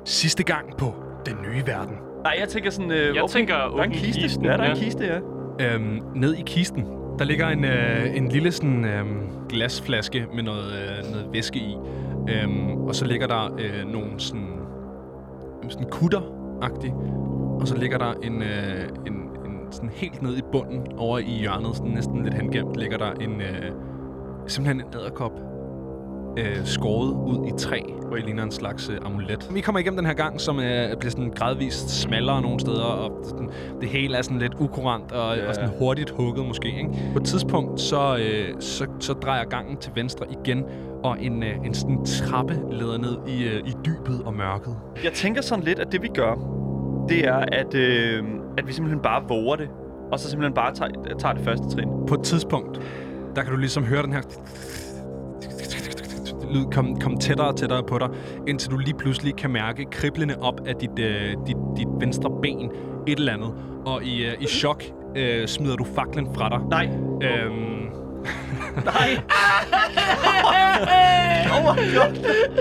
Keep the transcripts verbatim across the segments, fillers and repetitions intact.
sidste gang på den nye verden. Nej, jeg tænker sådan... Øh, Jeg åbne, tænker der er en åbne kiste. kisten, Ja, der er ja. en kiste, ja. Øhm, ned i kisten, der ligger en, øh, en lille sådan, øh, glasflaske med noget, øh, noget væske i. Øhm, og så ligger der øh, nogle sådan, sådan kutter-agtige. Og så ligger der en, øh, en, en sådan helt ned i bunden over i hjørnet, sådan næsten lidt hengemt, ligger der en øh, simpelthen en edderkop. Øh, skåret ud i træ, hvor det ligner en slags øh, amulet. Vi kommer igennem den her gang, som øh, bliver sådan gradvist smallere nogle steder, og sådan, det hele er sådan lidt ukurant og, Ja. og sådan hurtigt hugget måske. Ikke? På et tidspunkt, så, øh, så, så drejer gangen til venstre igen, og en, øh, en sådan trappe leder ned i, øh, i dybet og mørket. Jeg tænker sådan lidt, at det vi gør, det er, at, øh, at vi simpelthen bare våger det, og så simpelthen bare tager, tager det første trin. På et tidspunkt, der kan du ligesom høre den her lyd komme kom tættere og tættere på dig, indtil du lige pludselig kan mærke kriblende op af dit, øh, dit, dit venstre ben et eller andet. Og i, øh, i chok øh, smider du faklen fra dig. Nej. Øhm, Nej. Oh my god.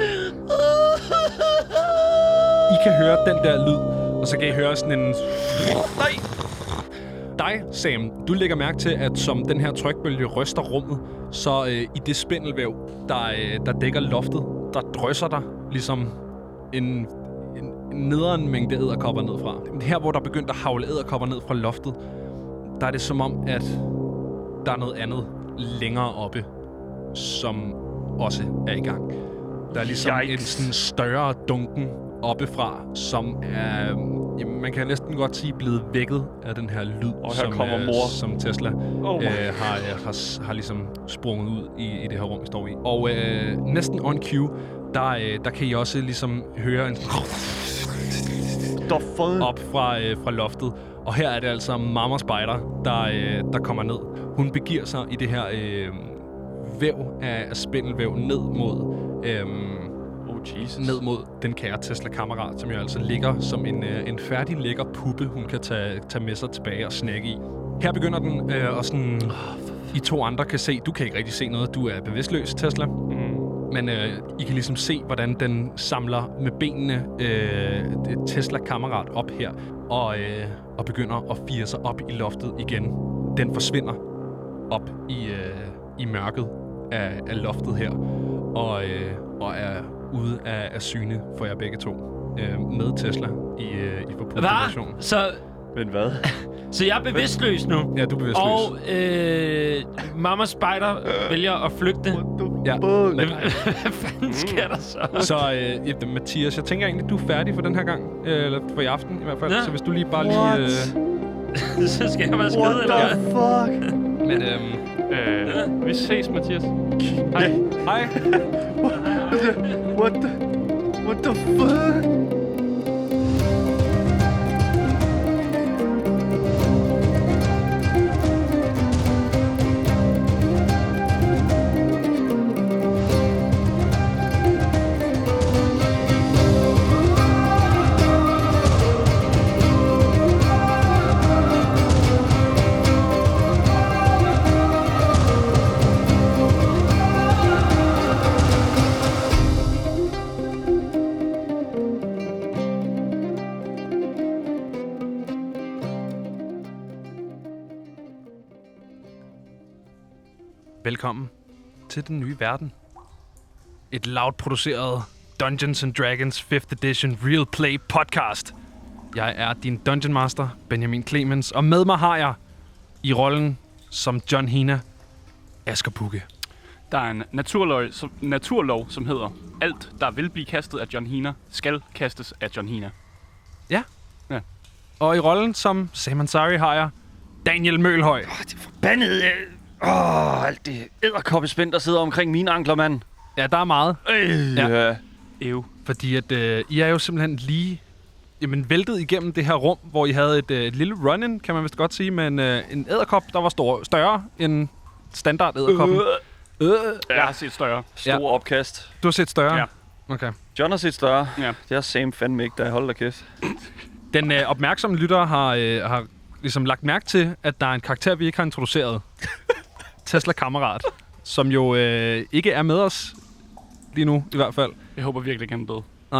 I kan høre den der lyd, og så kan I høre sådan en... Nej. Dig, Sam, du lægger mærke til, at som den her trykbølge ryster rummet, så øh, i det spindelvæv, der, øh, der dækker loftet, der drysser der ligesom en, en, en nederen mængde edderkopper nedfra. Her, hvor der begyndte at havle edderkopper ned fra loftet, der er det som om, at der er noget andet længere oppe, som også er i gang. Der er ligesom Yikes. en sådan større dunken oppefra, som er, jamen, man kan næsten godt sige, blevet vækket af den her lyd, Og her som, kommer øh, mor. som Tesla Oh my øh, har, øh, har, har ligesom sprunget ud i, i det her rum, vi står i. Og øh, næsten on cue, der, øh, der kan I også ligesom høre en Stoffet. op fra, øh, fra loftet. Og her er det altså Mama Spider, der, øh, der kommer ned. Hun begiver sig i det her øh, væv af, af spindelvæv ned mod... Øh, Oh, Jesus. ned mod den kære Tesla-kammerat, som jo altså ligger som en, øh, en færdig lækker puppe, hun kan tage, tage med sig tilbage og snakke i. Her begynder den, øh, og sådan... I to andre kan se... Du kan ikke rigtig se noget. Du er bevidstløs, Tesla. Mm. Men øh, I kan ligesom se, hvordan den samler med benene øh, Tesla-kammerat op her, og, øh, og begynder at fire sig op i loftet igen. Den forsvinder op i, øh, i mørket af, af loftet her, og, øh, og er ude af, af syne for jer begge to. Øh, med Tesla i, øh, i population. Hvad? Så, Men hvad? så jeg er bevidstløs nu? Ja, du er bevidstløs. Og øh, Mama Spider vælger at flygte. Ja, Fuck. men, Hvad fanden sker der så? så øh, ja, Mathias, jeg tænker egentlig, du er færdig for den her gang. Øh, eller for i aften i hvert fald. Ja. Så hvis du lige bare What? lige... Øh, Så skal jeg være skide, What eller the hvad? fuck? men øhm, Øh, vi ses, Mathias. Hej. hej. What the... What the fuck? Velkommen til den nye verden. Et loud produceret Dungeons and Dragons fifth Edition Real Play podcast. Jeg er din Dungeon Master, Benjamin Clemens, og med mig har jeg i rollen som John Hina, Asger Pugge. Der er en naturlov som, naturlov, som hedder, alt, der vil blive kastet af John Hina, skal kastes af John Hina. Ja. Ja. Og i rollen som Sam Ansari har jeg Daniel Mølhøj. Oh, det er forbandet... Åh, oh, alt det edderkoppespind, der sidder omkring mine ankler, mand. Ja, der er meget. Øh, Ja. ja. Ew. Fordi at øh, I er jo simpelthen lige jamen, væltet igennem det her rum, hvor I havde et, øh, et lille run-in, kan man vist godt sige, med en, øh, en edderkop, der var stor, større end standard edderkoppen. Øh. Øh. Jeg har set større. Stor Ja. opkast. Du har set større? Ja. Okay. John har set større. Ja. Det har Sam fandme ikke, der holder kæft. Den øh, opmærksomme lytter har, øh, har ligesom lagt mærke til, at der er en karakter, vi ikke har introduceret. Tesla Kammerat, som jo øh, ikke er med os lige nu, i hvert fald. Jeg håber virkelig ikke, han er død. Nej.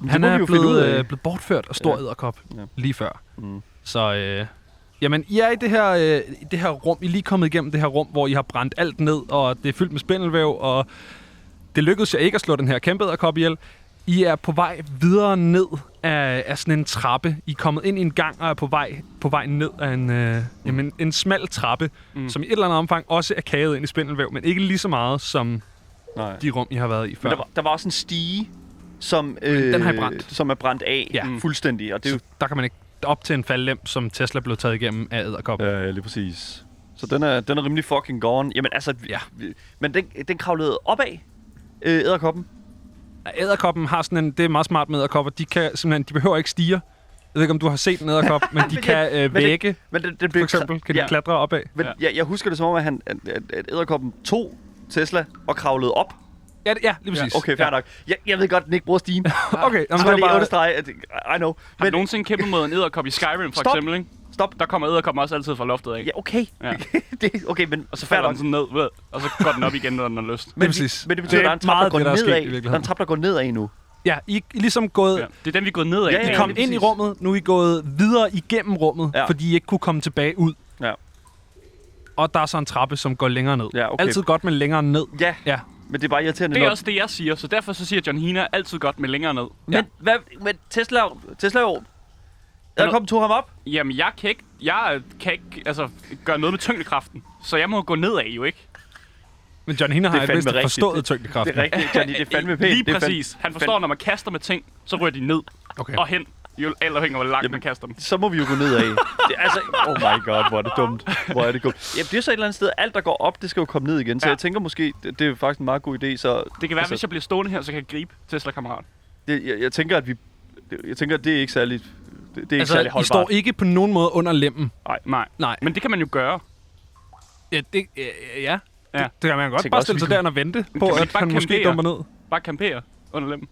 Han må vi er jo finde ud blevet, af. øh, blevet bortført af stor Ja. edderkop Ja. lige før. Mm. Så øh, jamen, I er i det her, øh, i det her rum. I er lige kommet igennem det her rum, hvor I har brændt alt ned, og det er fyldt med spindelvæv, og det lykkedes jer ikke at slå den her kæmpe edderkop ihjel. I er på vej videre ned af, af sådan en trappe. I er kommet ind i en gang og er på vej, på vej ned af en, øh, jamen, en smal trappe, mm. som i et eller andet omfang også er kaget ind i spindelvæv, men ikke lige så meget som Nej. de rum, I har været i før. Men der var, der var også en stige, som, øh, den har I brændt. som er brændt af Ja. fuldstændig. Og det er jo, Så der kan man ikke op til en faldlem, som Tesla blev taget igennem af edderkop. ja, lige præcis. Så den er, den er rimelig fucking gone. Jamen altså, Ja. vi, men den, den kravlede opad, øh, edderkoppen. Edderkoppen har sådan en... Det er meget smart med edderkopper. De kan simpelthen... De behøver ikke stige. Jeg ved ikke, om du har set en edderkop, men de Men kan det- øh, men det- vægge, Men den, den for blev eksempel. Kan de ja, klatre opad. men Ja. jeg, jeg husker det som om, at, han, at, at, at edderkoppen tog Tesla og kravlede op. Ja, det- ja lige præcis. Okay, fair ja. nok. Jeg, jeg ved godt, at den ikke bruger stigen. Okay, jamen, Så det var var lige bare... understrege, at I know. Har du Men nogensinde kæmpet mod en edderkop i Skyrim, for Stop. eksempel, ikke? stop. Der kommer edderkoppen også altid fra loftet af. Ja, okay. Ja. det, okay, men Og så fair falder nok. den sådan ned, ved, og så går den op igen, når den har lyst. Men, præcis. men det betyder, Det er at der er en meget trappe, der går det, der er sket i nedad. virkeligheden. Der er en trappe, der går nedad nu. Ja, I er ligesom gået... Ja. Det er den, vi er gået ned af. Ja, ja, I ja. kom lige ind i præcis. rummet, nu er I gået videre igennem rummet, Ja. fordi I ikke kunne komme tilbage ud. Ja. Og der er så en trappe, som går længere ned. Ja, okay. Altid godt med længere ned. Ja, Ja. men det er bare irriterende. Det er når- også det, jeg siger, så derfor så siger John Hina altid godt med længere ned. Men, Ja. hvad, men Tesla, Tesla jo... Edderkoppen tog ham op. Jamen, jeg kan ikke, jeg kan ikke altså, gøre noget med tyngdekraften, så jeg må gå nedad jo, ikke? Men John Hina Det er har fandme vist rigtigt. forstået Det- tyngdekraften. Det er rigtigt, Johnny. Det er fandme pænt. Lige Det er fandme- præcis. Han forstår, når man kaster med ting, så ryger de ned Okay. og hen. Jo alt afhængig af, hvor langt Jamen, man kaster dem. Så må vi jo gå nedad. Det, er altså, oh my god, hvor er det dumt. Hvor er det dumt. Ja, det er så et eller andet sted. Alt, der går op, det skal jo komme ned igen. Så Ja. jeg tænker måske, det, det er faktisk en meget god idé. Så Det kan være, altså, hvis jeg bliver stående her, så kan jeg gribe Tesla-kammerat. det, jeg, jeg tænker, at vi... Jeg tænker, at det er ikke særlig... Det, det er ikke Altså, særlig I holdbart. står ikke på nogen måde under lemmen. Nej. Nej. Men det kan man jo gøre. Ja, det, ja, ja. Ja. Det, det kan man godt Tænker bare også, stille vi sig kunne- der og vente på, man at ikke bare han måske campere? dumper ned. Bare campere under lemmen.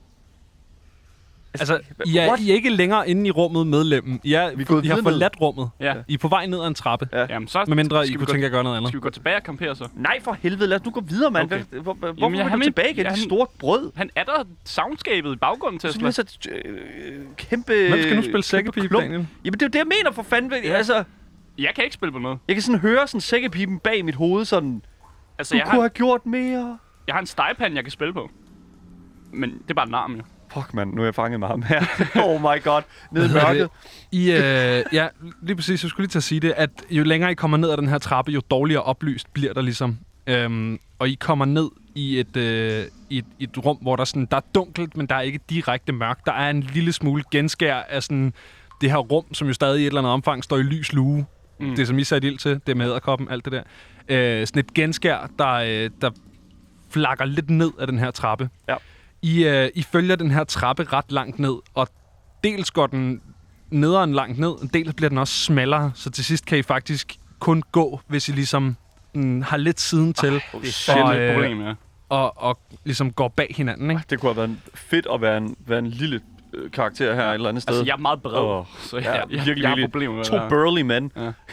Altså, I er, What? I er ikke længere inde i rummet med lemmen. I, er, Vi er gået I har videre ned. forladt rummet. Ja. I er på vej ned ad en trappe. Ja. Jamen, så Med mindre I skal vi kunne gå, tænke jer at gøre noget andet. Skal vi gå tilbage og campere så? Nej, for helvede. Lad os nu gå videre, mand. Okay. Okay. Hvor, hvor, hvorfor Jamen, jeg- vil han du er- tilbage igen? jeg- Det han- store brød. Han er der soundskabet i baggrunden, Så Tesla. bliver så øh, kæmpe... Hvem skal nu spille kæmpe sækkepipe, klump. Daniel? Jamen, det er jo det, jeg mener for fanden. Ja. Altså, Jeg kan ikke spille på noget. jeg kan sådan høre sådan sækkepipen bag mit hoved, sådan... Altså, Du jeg kunne har, have gjort mere. jeg har en stegepande, jeg kan spille på. Men det er bare en arm, jo. Fuck, mand. Nu er jeg fanget med ham her. Oh my god. Nede i mørket. I, øh, ja, lige præcis. Jeg skulle lige til at sige det, at jo længere I kommer ned ad den her trappe, jo dårligere oplyst bliver der ligesom. Øhm, og I kommer ned i et, øh, i et, i et rum, hvor der, sådan, der er dunkelt, men der er ikke direkte mørkt. Der er en lille smule genskær af sådan, det her rum, som jo stadig i et eller andet omfang står i lys lue. Mm. Det, som I satte ild til, det med edderkoppen, alt det der. Øh, sådan et genskær, der, øh, der flakker lidt ned af den her trappe. Ja. I, øh, I følger den her trappe ret langt ned, og dels går den nederen langt ned, og dels bliver den også smallere, så til sidst kan I faktisk kun gå, hvis I ligesom mm, har lidt siden til, Det er shit, Og, et øh, problem, ja. og, og ligesom går bag hinanden, ikke? Det kunne have været en- fedt at være en, være en lille øh, karakter her et eller andet sted. Altså, jeg er meget bred, Åh, så jeg, ja, jeg, jeg, virkelig, jeg har virkelig. problemer med To det her. burly mænd.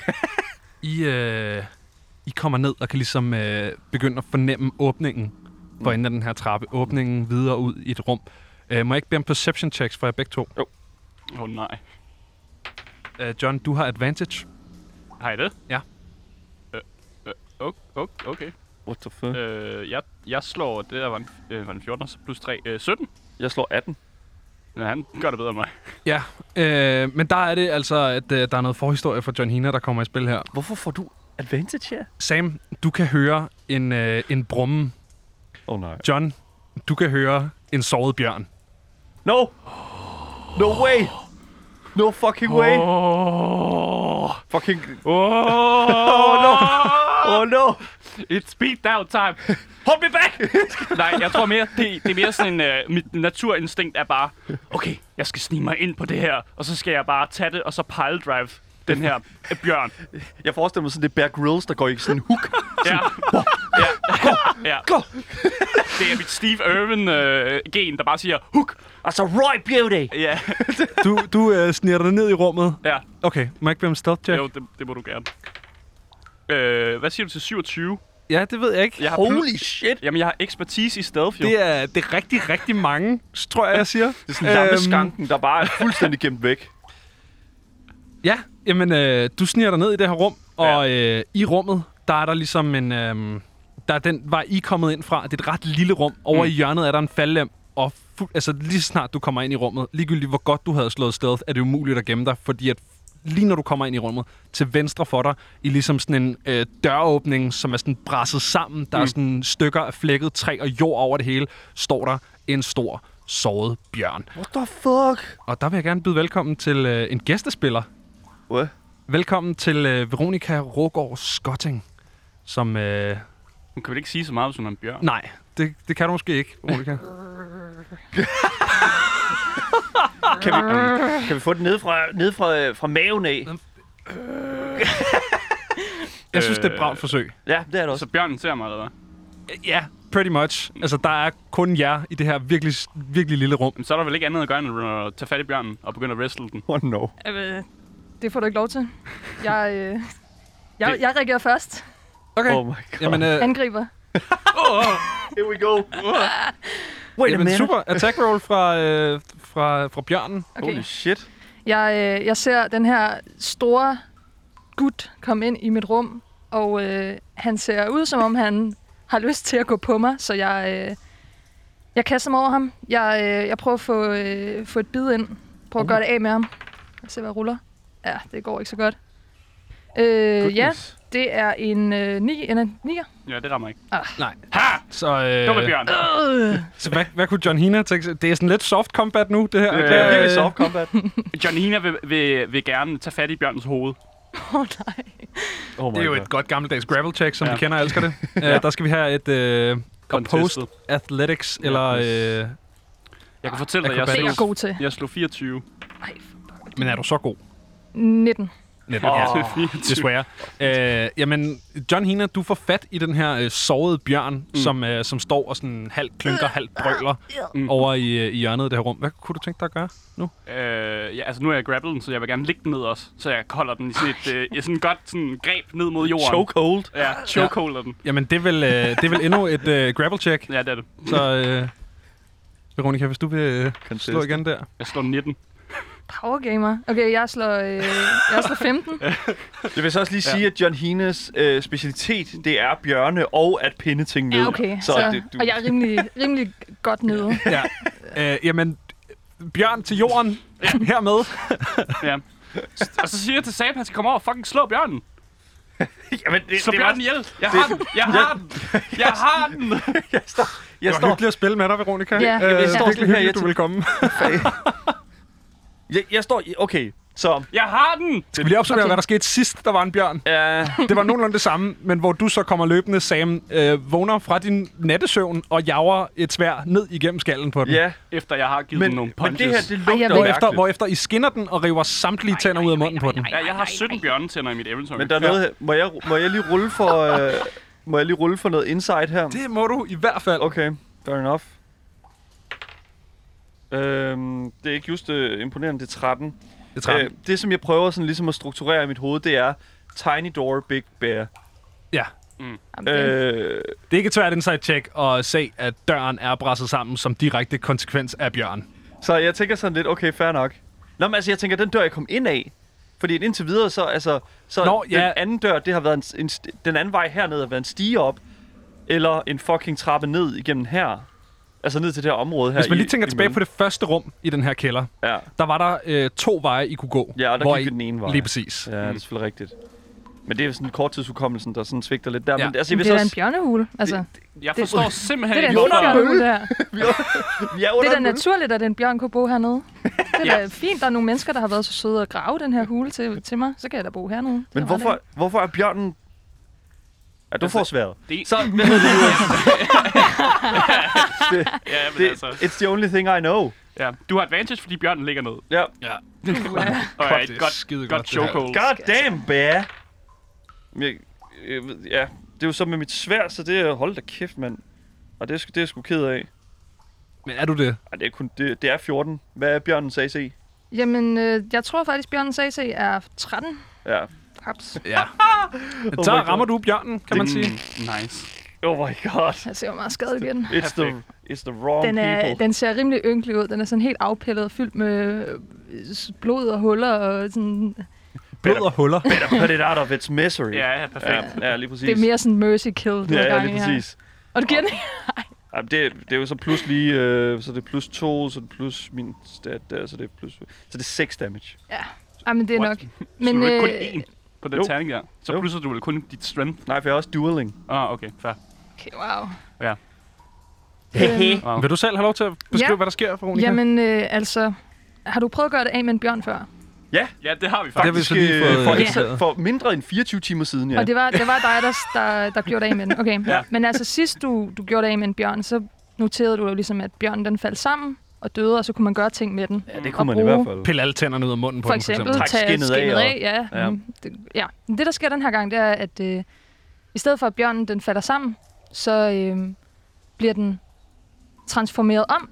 I, øh, I kommer ned og kan ligesom øh, begynde at fornemme åbningen for enden af den her trappe. Åbningen videre ud i et rum. Øh, må jeg ikke bede om perception checks for jer begge to? Åh, oh, nej. Øh, John, du har advantage. Har I det? Ja. Øh, øh, okay, okay, okay. What the fuck? Øh, jeg, jeg slår, det der var en, øh, var en fjorten, så plus tre, øh, sytten. Jeg slår atten. Ja, han gør det bedre end mig. Ja, øh, men der er det altså, at øh, der er noget forhistorie for John Hina, der kommer i spil her. Hvorfor får du advantage her? Sam, du kan høre en, øh, en brumme. Oh nej. John, du kan høre en såret bjørn. No! No way! No fucking way! Åh, Fucking... åh, Oh no! Oh no! It's speed down time. Hold me back! Nej, jeg tror mere, det, det er mere sådan en, uh, mit naturinstinkt er bare, okay, jeg skal snige mig ind på det her, og så skal jeg bare tage det, og så pile drive den her øh, bjørn. Jeg forestiller mig sådan, det er Bear Grylls, der går i sådan en hook. Ja. ja. ja. Gå! Det er mit Steve Irwin-gen, der bare siger, hook. Altså, Roy Beauty! Ja, Du, du øh, sniger dig ned i rummet. ja. Okay, må jeg ikke bede om stealth check? Jo, det, det må du gerne. Øh, hvad siger du til syvogtyve? Ja, det ved jeg ikke. Jeg har Holy shit! Jamen, jeg har ekspertise i stealth, jo. Det er, det er rigtig, rigtig mange, tror jeg, jeg siger. Det er sådan en lammeskanken, der bare er fuldstændig gemt væk. Ja, jamen, øh, du sniger dig ned i det her rum, og øh, i rummet, der er der ligesom en... Øh, der er den vej, I er kommet ind fra. Det er et ret lille rum. Over mm. i hjørnet er der en faldlem, og fu- altså, lige så snart du kommer ind i rummet, ligegyldigt hvor godt du havde slået stealth, er det umuligt at gemme dig, fordi at lige når du kommer ind i rummet, til venstre for dig, i ligesom sådan en øh, døråbning, som er sådan brasset sammen, der mm. er sådan stykker af flækket træ og jord over det hele, står der en stor, såret bjørn. What the fuck? Og der vil jeg gerne byde velkommen til øh, en gæstespiller. What? Velkommen til øh, Veronica Rågaard Skotting, som... Øh, Hun kan vel ikke sige så meget, hvis hun er en bjørn? nej, det, det kan du måske ikke, Veronica. Kan vi, kan vi få det ned fra, ned fra, fra maven af? Jeg synes, det er et bravt forsøg. Ja, det er det også. Så bjørnen ser mig, eller hvad? Ja, pretty much. Altså, der er kun jer i det her virkelig, virkelig lille rum. Men så er der vel ikke andet at gøre, end at tage fat i bjørnen og begynde at wrestle den. Oh no. Øh, det får du ikke lov til. Jeg, øh, jeg, Det- jeg reagerer først. Okay. Oh my god. Jamen, øh, Angriber. Here we go. Wait a jamen minute. super. Attack roll fra, øh, fra, fra bjørnen. Okay. Holy shit. Jeg, øh, jeg ser den her store gut komme ind i mit rum, og øh, han ser ud, som om han har lyst til at gå på mig, så jeg, øh, jeg kaster mig over ham. Jeg, øh, jeg prøver at få, øh, få et bid ind. Prøver at gøre det af med ham. Jeg ser, hvad jeg ruller. Ja, det går ikke så godt. Øh, ja, det er en øh, ni, en nier. Ja, det rammer ikke. Nej. Ha! Så, øh, Dumme bjørn. Øh. så hvad, hvad kunne John Hina tænke sig? Det er sådan lidt soft combat nu, det her. Det er virkelig soft combat. John Hina vil, vil, vil gerne tage fat i bjørnens hoved. Åh oh, nej. Oh my Det er jo god. et godt gammeldags gravel check, som Ja. vi kender og elsker det. uh, der skal vi have et uh, Contested. opposed athletics, Ja, eller... yes. Uh, Jeg kan fortælle dig, jeg Det er jeg slog, god til. jeg slog fireogtyve. Ej, men er du så god? nitten. Netop, Åh. ja. Desværre. Øh, jamen, John Hina, du får fat i den her øh, sårede bjørn, mm. som, øh, som står og sådan halvt klynker, halvt brøler Mm. over i, øh, i hjørnet af det her rum. Hvad kunne du tænke dig at gøre nu? Øh, ja, altså nu er jeg grapplet den, så jeg vil gerne ligge den ned også. Så jeg holder den i sådan et øh, i sådan et godt sådan greb ned mod jorden. Chokehold. Ja, chokeholder den. Jamen, det er vel, øh, det er vel endnu et øh, grapple check. Ja, det er det. Så, øh, Veronica, hvis du vil øh, Contested. slå igen der. Jeg slår nitten. Powergamer. Okay, jeg slår, øh, jeg slår femten. Jeg vil så også lige sige, at John Hines øh, specialitet, det er bjørne og at pinde ting ned. Ja, okay. Så, Så, det, du, og jeg er rimelig, rimelig godt nede. Ja. øh, jamen, bjørn til jorden hermed. Ja. Og så siger jeg til Sam, at han skal komme over og fucking slå bjørnen. Jamen, det, Slå det var, bjørnen ihjel. Jeg har den. Jeg har den. Jeg har den. jeg står, jeg Det var står, hyggeligt at spille med dig, Veronica. Ja, øh, jeg det står er virkelig her, hyggeligt, jeg du vil komme. jeg, jeg står, i- okay, så, Jeg har den. Skal vi lige opsummere, Okay. hvad der skete sidst, der var en bjørn? ja, Det var nogenlunde det samme, men hvor du så kommer løbende, Sam, øh, vågner fra din nattesøvn og jager et sværd ned igennem skallen på den. ja, Efter jeg har givet men, den nogle men punches. det her, det Ej, lugter jeg ved- Hvorefter, mærkeligt. hvorefter I skinner den og river samtlige tænder ud af munden på den. Ja, jeg har sytten bjørnetænder i mit inventory. Men der er noget her. Må jeg, må jeg lige rulle for, øh, må jeg lige rulle for noget insight her? Det må du i hvert fald. Okay, fair enough. Øhm, det er ikke just øh, imponerende, det er tretten. Det er tretten. Øh, det, som jeg prøver sådan ligesom at strukturere i mit hoved, det er Tiny Door, Big Bear. Ja. Jamen, det- Øh, Det er ikke et svært insight check at se, at døren er brasset sammen som direkte konsekvens af bjørn. så jeg tænker sådan lidt, okay, fair nok. Nå, men altså, jeg tænker, den dør, jeg kom ind af. Fordi indtil videre, så, altså, så Nå, den ja. anden dør, det har været en, en, st- den anden vej hernede har været en stige op, eller en fucking trappe ned igennem her. Altså ned til det her område her. Hvis man lige i- tænker tilbage imellem. på det første rum i den her kælder, Ja, der var der øh, to veje, I kunne gå. ja og der hvor gik I, vi den ene vej. Lige præcis. Ja, det er selvfølgelig rigtigt. Men det er jo sådan korttidshukommelsen, der sådan svigter lidt der. Ja. Men altså, jeg det vil er så da en også, bjørnehule. Altså, Jeg Det- forstår simpelthen det er da ikke, en fin hvorfor... bjørnehule, der. vi er Det under er da en mølle. naturligt, at en bjørn kunne bo hernede. Det er Ja. da fint, der er nogle mennesker, der har været så søde at grave den her hule til, til mig. Så kan jeg da bo hernede. Det Men er hvorfor, ret hvorfor er bjørnen... Ja, du Altså, får sværet. det- Så, hvad hedder det? Ja, men det? altså... It's the only thing I know. Ja. Du har advantage, fordi bjørnen ligger ned. Ja. Ja. Og Godt, er det et er godt, skide godt godt, det her. chokehold. God damn, bear. Jeg, jeg, ved- ja, det er jo så med mit sværd, så det er... Hold da kæft, mand. Og det er, sgu- det er jeg sgu ked af. Men er du det? Ej, det er, kun, det, det er fjorten. Hvad er bjørnens A C? Jamen, øh, jeg tror faktisk, bjørnens A C er tretten. Ja. Haps. Ja. Så my rammer God. du bjørnen, kan man sige. Nice. Oh my god. Han ser jo meget skadet igen. It's the, it's the wrong Den, er, people. den ser rimelig ynkelig ud. Den er sådan helt afpillet og fyldt med øh, blod og huller og sådan... Blod og huller. Better put it out of its misery. Ja, ja, perfekt. Ja, ja lige præcis. Det er mere sådan mercy kill, du ja, har ja, gang i lige her. præcis. Og du giver den Ja, det, det er jo så plus lige, øh, så det er plus to, så det er plus min stat der, så det er plus... Så det er seks damage. Ja, Ej, men det er What? nok. Men, så Men du ikke kun øh, én på den jo. terning der. Så Jo. plusser du vel kun dit strength. Nej, for jeg har også dueling. Ah, okay, fair. okay, wow. Ja. Øhm, Wow. Vil du selv have lov til at beskrive, Ja. hvad der sker, Veronica? Jamen, øh, altså... Har du prøvet at gøre det af med en bjørn før? Ja, Ja, det har vi Det har vi faktisk. så lige øh, fået for, Ja. ekstra, for mindre end fireogtyve timer siden, ja. Og det var, det var dig, der, der, der gjorde det af med den. Okay. Ja. Men altså, sidst du, du gjorde det af med en bjørn, så noterede du jo ligesom, at bjørnen den faldt sammen og døde, og så kunne man gøre ting med den. Ja, det Og kunne man i bruge- hvert fald. Pille alle tænderne ud af munden på For den, eksempel, Træk tage skindet skinnet, af, af, ja. ja. Ja. Det, ja. Men det, der sker den her gang, det er, at øh, i stedet for, at bjørnen den falder sammen, så øh, bliver den transformeret om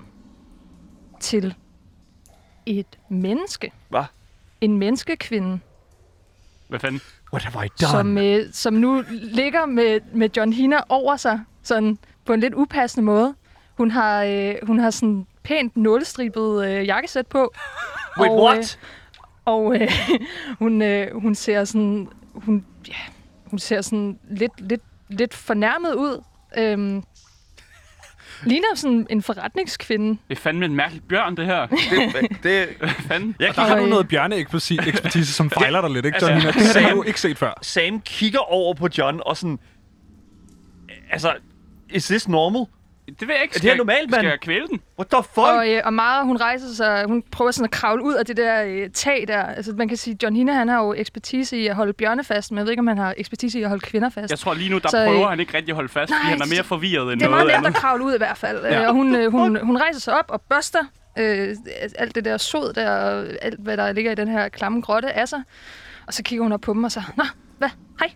til et menneske. Hvad? En menneskekvinde, Hvad fanden? What have I done? som, øh, som nu ligger med, med John Hina over sig, sådan på en lidt upassende måde. Hun har, øh, hun har sådan pænt nålestribet øh, jakkesæt på. Wait, og, what? Øh, og øh, hun, øh, hun ser sådan, hun, ja, hun ser sådan lidt, lidt, lidt fornærmet ud. Øhm, ligner sådan en forretningskvinde. Det er fandme en mærkelig bjørn, det her. det, det, Hvad fanden? jeg Der har Og, du øh, noget bjørneekspertise, som fejler dig lidt, ikke, John? Altså, Altså, det har Sam- du ikke set før. Sam kigger over på John og sådan... Altså, is this normal? Det ved jeg ikke. Er det Skal her jeg- normalt, mand? Skal jeg kvæle den? What the fuck? Og, øh, og Mara, hun rejser sig, hun prøver sådan at kravle ud af det der øh, tag der. Altså man kan sige, John Hina, han har jo ekspertise i at holde bjørne fast, men jeg ved ikke, om han har ekspertise i at holde kvinder fast. Jeg tror lige nu, der Så, øh, prøver han ikke rigtig at holde fast, fordi nej, han er mere forvirret end Det er noget meget nemt andet. at kravle ud i hvert fald. Ja. Ja. Og hun, øh, hun, hun rejser sig op og børster øh, alt det der sod der, og alt hvad der ligger i den her klamme grotte af sig. Og så kigger hun op på dem og så, nå, hvad? Hej.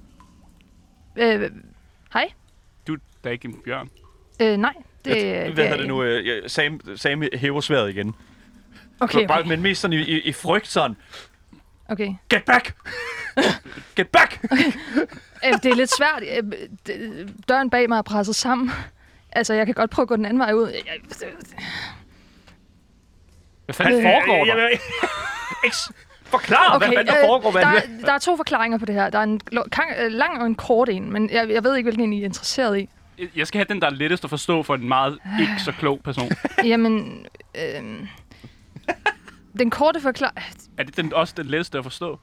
Øh, hej? Du er da ikke en bjørn. Øh, nej. Det, Hvad det hedder det nu? øh, ja, Sam, Sam hæver sværet igen. Okay, Bare, okay. men mest sådan i, i, i frygt sådan. okay. Get back! Get back! Øh, det er lidt svært. Øh, det- Døren bag mig er presset sammen. Altså, jeg kan godt prøve at gå den anden vej ud. Jeg, jeg, Hvad fanden foregår der? Jamen, Eks- Forklar, okay, hvad fanden der øh, foregår, mand. der, der er to forklaringer på det her. Der er en lo- kang, øh, lang og en kort en, men jeg, jeg ved ikke, hvilken en I er interesseret i. Jeg skal have den, der er lettest at forstå for en meget ikke så klog person. Jamen, øh, den korte forklaring... Er det den, også den letteste at forstå?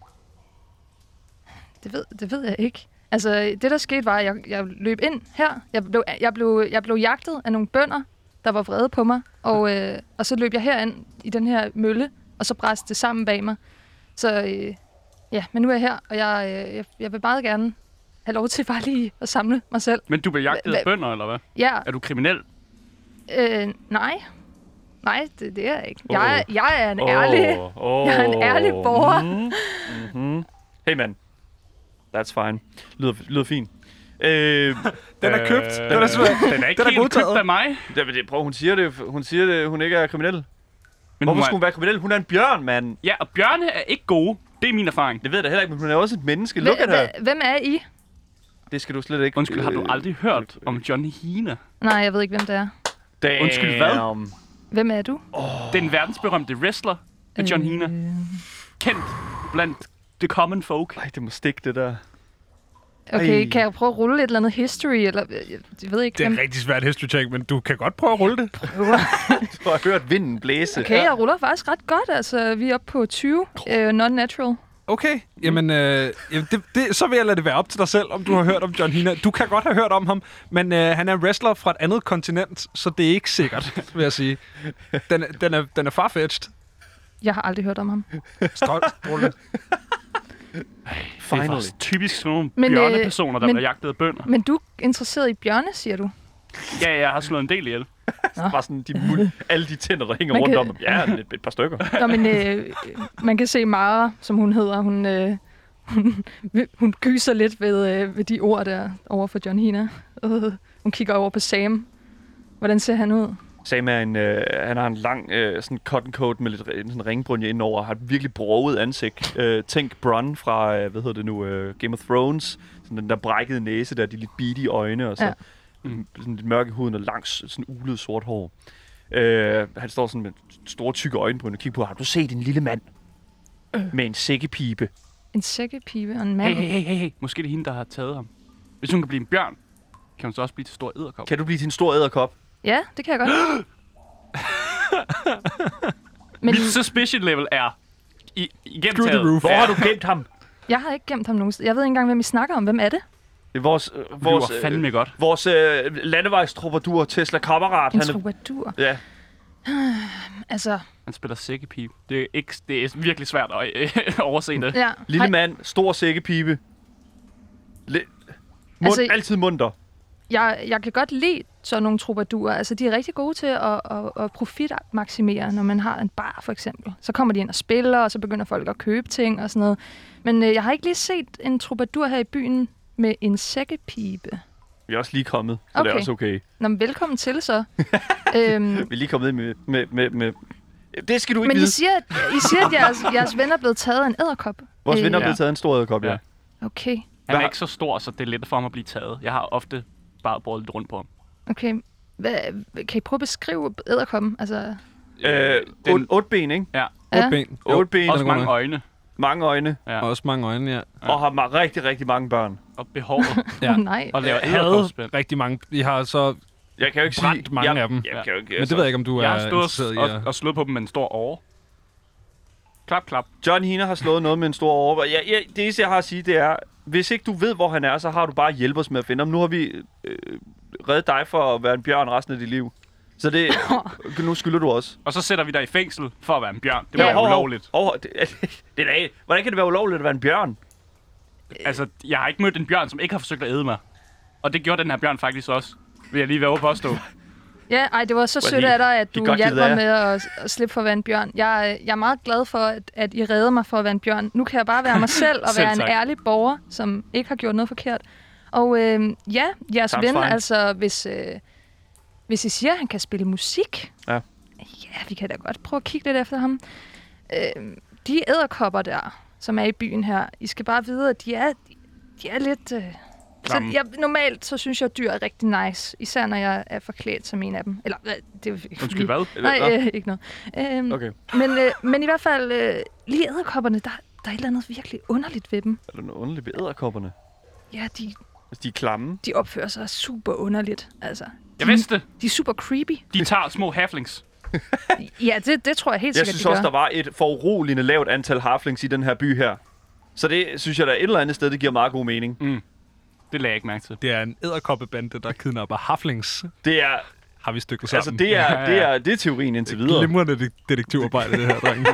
Det ved, det ved jeg ikke. Altså, det der skete var, at jeg, jeg løb ind her. Jeg blev, jeg, blev, jeg blev jagtet af nogle bønder, der var vrede på mig. Og, øh, og så løb jeg herind i den her mølle, og så bræste det sammen bag mig. Så øh, ja, men nu er jeg her, og jeg, øh, jeg, jeg vil meget gerne have lov til bare lige at samle mig selv. Men du bliver jagtet Hva- af bønder, eller hvad? Ja, Er du kriminel? øh, nej. Nej, det, det er jeg ikke. Jeg, er- jeg er en ærlig... Oh, oh, jeg er en ærlig borger. Mm, mm-hmm. Hey, man. That's fine. Lyder, lyder fint. Øh, Den er købt. Øh, Den er svært. Den er ikke Den er helt godtaget. købt af mig. det, det, prøv, hun siger det, hun siger det, hun ikke er kriminel. Men Hvorfor hun er- skulle hun være kriminel? Hun er en bjørn, mand. Ja, og bjørne er ikke gode. Det er min erfaring. Det ved jeg da heller ikke, men hun er også et menneske. Look at her. Hva- Hvem er I? Det skal du slet ikke... Undskyld, har du øh, aldrig hørt om Johnny Hina? Nej, jeg ved ikke, hvem det er. Damn. Undskyld, hvad? Hvem er du? Den verdensberømte wrestler af John Hina. Øh, Kendt blandt the common folk. Ej, det må stikke, det der. Okay, Ej. kan jeg prøve at rulle et eller andet history? Eller, jeg, jeg ved ikke, Det er hvem... et rigtig svært history check, men du kan godt prøve at rulle det. prøver. Du har hørt vinden blæse. Okay, jeg ruller faktisk ret godt. Altså, vi er oppe på tyve. Uh, non-natural. Okay, jamen, øh, jamen det, det, så vil jeg lade det være op til dig selv, om du har hørt om John Hina. Du kan godt have hørt om ham, men øh, han er wrestler fra et andet kontinent, så det er ikke sikkert, vil jeg sige. Den, er- den er, den er farfetched. Jeg har aldrig hørt om ham. Strål, strålende. Det er Finally. faktisk typisk sådan nogle Men, øh, bjørnepersoner, der men- bliver jagtet af bønder. Men du er interesseret i bjørne, siger du? Ja, jeg har slået en del ihjel. Bare sådan de, mu- alle de tænder, der hænger Man rundt kan- om dem. Ja, et, et par stykker. Nå, men øh, man kan se Mara, som hun hedder. Hun, øh, hun, hun gyser lidt ved, øh, ved de ord der over for John Hina. Øh, hun kigger over på Sam. Hvordan ser han ud? Sam er en, øh, han har en lang øh, sådan cotton coat med lidt sådan ringbrynje indenover, og har et virkelig broget ansigt. Øh, tænk Bronn fra, øh, hvad hedder det nu, øh, Game of Thrones. Sådan den der brækkede næse der, de lidt beady øjne, og så Ja. mm. sådan lidt mørke huden og langt sådan ulet sort hår. Øh, han står sådan med store tykke øjenbryn og kigger på, har du set en lille mand øh. med en sækkepibe? En sækkepibe og en mand. Hey, hey, hey, hey. Måske det er hende, der har taget ham. Hvis hun kan blive en bjørn, kan hun så også blive til stor edderkop. Kan du blive til en stor edderkop? Ja, det kan jeg godt. Men Mit suspicion level er i, igennem Through the taget. roof. Hvor har du gemt ham? jeg har ikke gemt ham nogen sted. Jeg ved ikke engang, hvem I snakker om. Hvem er det? Det er vores, øh, Det vores, var fandme godt. vores øh, landevejstrubadur Tesla-kammerat. En Han er, troubadour. ja. Altså, Han spiller sækkepip. Det er, ikke, det er virkelig svært at øh, overse det. ja. Lille Hej. mand, stor sækkepibe. Le- mund, Altså- altså, altid munter. Jeg, jeg kan godt lide sådan nogle troubadourer. Altså, de er rigtig gode til at, at, at profitmaksimere, når man har en bar, for eksempel. Så kommer de ind og spiller, og så begynder folk at købe ting og sådan noget. Men øh, jeg har ikke lige set en troubadour her i byen med en sækkepibe. Vi er også lige kommet, så okay. det er Okay. også okay. Nå, men velkommen til så. øhm, Vi er lige kommet ind med... med, med, med det skal du ikke men I vide. siger, at, I siger, at jeres, jeres ven er blevet taget af en edderkop. Vores venner er Ja. blevet taget en stor edderkop, ja. Ja. Okay, Han er Hvad- ikke så stor, så det er let for ham at blive taget. Jeg har ofte bare båret lidt rundt på ham. okay. Hvad, kan I prøve at beskrive edderkoppen? Altså, Øh, den, otte, otte ben, ikke? ja, Otte ben. Otte ben, også den er mange god nok. øjne mange øjne, ja. Og også mange øjne, ja. Ja. og har ma- rigtig, rigtig mange børn. og behåret Ja. åh nej. og laver Jeg havde edderkopspænd. rigtig mange. Vi har så Jeg kan jo ikke brændt sige... mange jeg, af dem. Jeg kan jo ikke, Men det ved jeg ikke, om du Jeg er har stået interesseret i. og, at- og, og slået på dem med en stor åre. Klap, klap. John Hina har slået noget med en stor over. Jeg, jeg, det eneste, jeg har at sige, det er, hvis ikke du ved, hvor han er, så har du bare hjælp os med at finde ham. Nu har vi øh, reddet dig for at være en bjørn resten af dit liv. Så det, nu skylder du også. Og så sætter vi dig i fængsel for at være en bjørn. Det Ja. var Hov, hov, ulovligt. hov, det, det er da, hvordan kan det være ulovligt at være en bjørn? Altså, jeg har ikke mødt en bjørn, som ikke har forsøgt at æde mig. Og det gjorde den her bjørn faktisk også. Vil jeg lige være over påstå. Ja, ej, det var så Well, sødt he- af dig, at he du got you hjalp mig there. med at, at slippe for at være en bjørn. Jeg, jeg er meget glad for, at, at I redder mig for at være en bjørn. Nu kan jeg bare være mig selv og Selv være en tak. ærlig borger, som ikke har gjort noget forkert. Og øh, ja, jeres Sounds ven, fine. altså hvis, øh, hvis I siger, at han kan spille musik, Ja. ja, vi kan da godt prøve at kigge lidt efter ham. Øh, de edderkopper der, som er i byen her, I skal bare vide, at de er, de er lidt... Øh, så Klamme. jeg, normalt så synes jeg, at dyr er rigtig nice, især når jeg er forklædt som en af dem. Eller, øh, det er jo ikke Undskyld, hvad? Nej, Nå, øh, ikke noget. Øhm, Okay. men, øh, men i hvert fald, øh, lige edderkopperne, der, der er et eller andet virkelig underligt ved dem. Er der noget underligt ved edderkopperne? Ja, de, Hvis de er klamme. de opfører sig super underligt. Altså, Jeg vidste det. de er super creepy. De tager små halflings. Ja, det, det tror jeg helt Jeg sikkert, synes de også, gør. der var et foruroligende lavt antal halflings i den her by her. Så det synes jeg, der er et eller andet sted, det giver meget god mening. Mm. Det lagde jeg ikke mærke til. Det er en edderkoppebande, der kidnapper haflings, Det er, har vi stykket sammen. altså det er, det er, det er teorien indtil videre. Glimrende det- detektivarbejde, det her, dreng.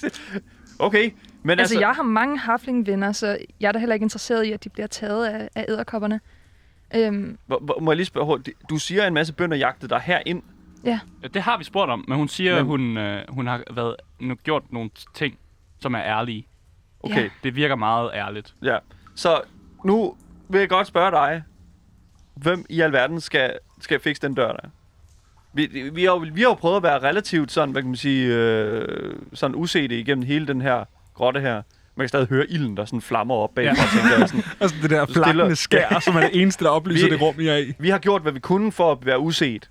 Okay, men Altså, altså, jeg har mange harfling-venner, så jeg er da heller ikke interesseret i, at de bliver taget af, af edderkopperne. Øhm, hvor- hvor- må jeg lige spørge, hurtigt? du siger, at en masse bønder jagtede dig herind. Ja, det har vi spurgt om, men hun siger, Men- at hun, øh, hun har været, nu, gjort nogle ting, som er ærlige. Okay, Ja. Det virker meget ærligt. ja. Så nu vil jeg godt spørge dig, hvem i alverden skal, skal fikse den dør der? Vi, vi, har, jo- vi har jo prøvet at være relativt sådan, hvad kan man sige, øh, sådan usete igennem hele den her grotte her. Man kan stadig høre ilden, der sådan flammer op bagfra, ja. tænker jeg sådan. Altså det der Stiller- flakkende skær, som er det eneste, der oplyser Vi- det rum, I er i. Vi har gjort, hvad vi kunne for at være uset.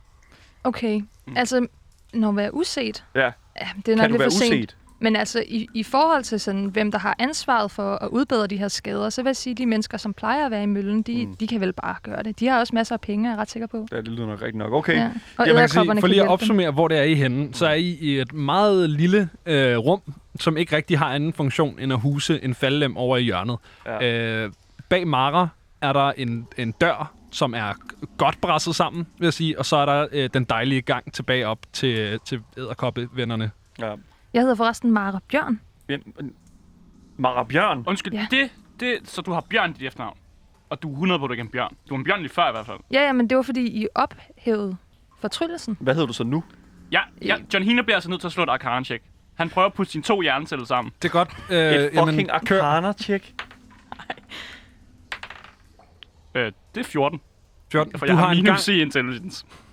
okay, Mm. altså, når vi er uset, Ja. ja, det er nok Kan du lidt være for sent. uset? Men altså, i, i forhold til sådan, hvem der har ansvaret for at udbedre de her skader, så vil jeg sige, at de mennesker, som plejer at være i møllen, de, Mm. mm. de kan vel bare gøre det. De har også masser af penge, er jeg ret sikker på. Ja, det lyder nok rigtigt nok. Okay. Ja. Ja. Og Ja, man kan sige, edderkopperne for kan lige at hjælpe dem. opsummere, hvor det er I henne, så er I i et meget lille øh, rum, som ikke rigtig har anden funktion end at huse en faldlem over i hjørnet. Ja. Øh, bag Mara er der en, en dør, som er godt brasset sammen, vil jeg sige, og så er der øh, den dejlige gang tilbage op til, til edderkoppevennerne. Ja. Jeg hedder forresten Mara Bjørn. Men- men- Mara Bjørn. Undskyld, Ja. det, det, så du har bjørn i dit efternavn. Og du er hundrede på, at du ikke er en bjørn. Du var en bjørn lige før i hvert fald. Ja, ja, men det var fordi, I ophævede fortryllelsen. Hvad hedder du så nu? Ja, ja John Hina bliver altså nødt til at slå et arcana-check. Han prøver at putte sine to hjerneceller sammen. Det er godt. Øh, Et fucking kør. arcana-check. Øh, det er fjorten. fjorten. For Du jeg har har en gang, minus i intelligence.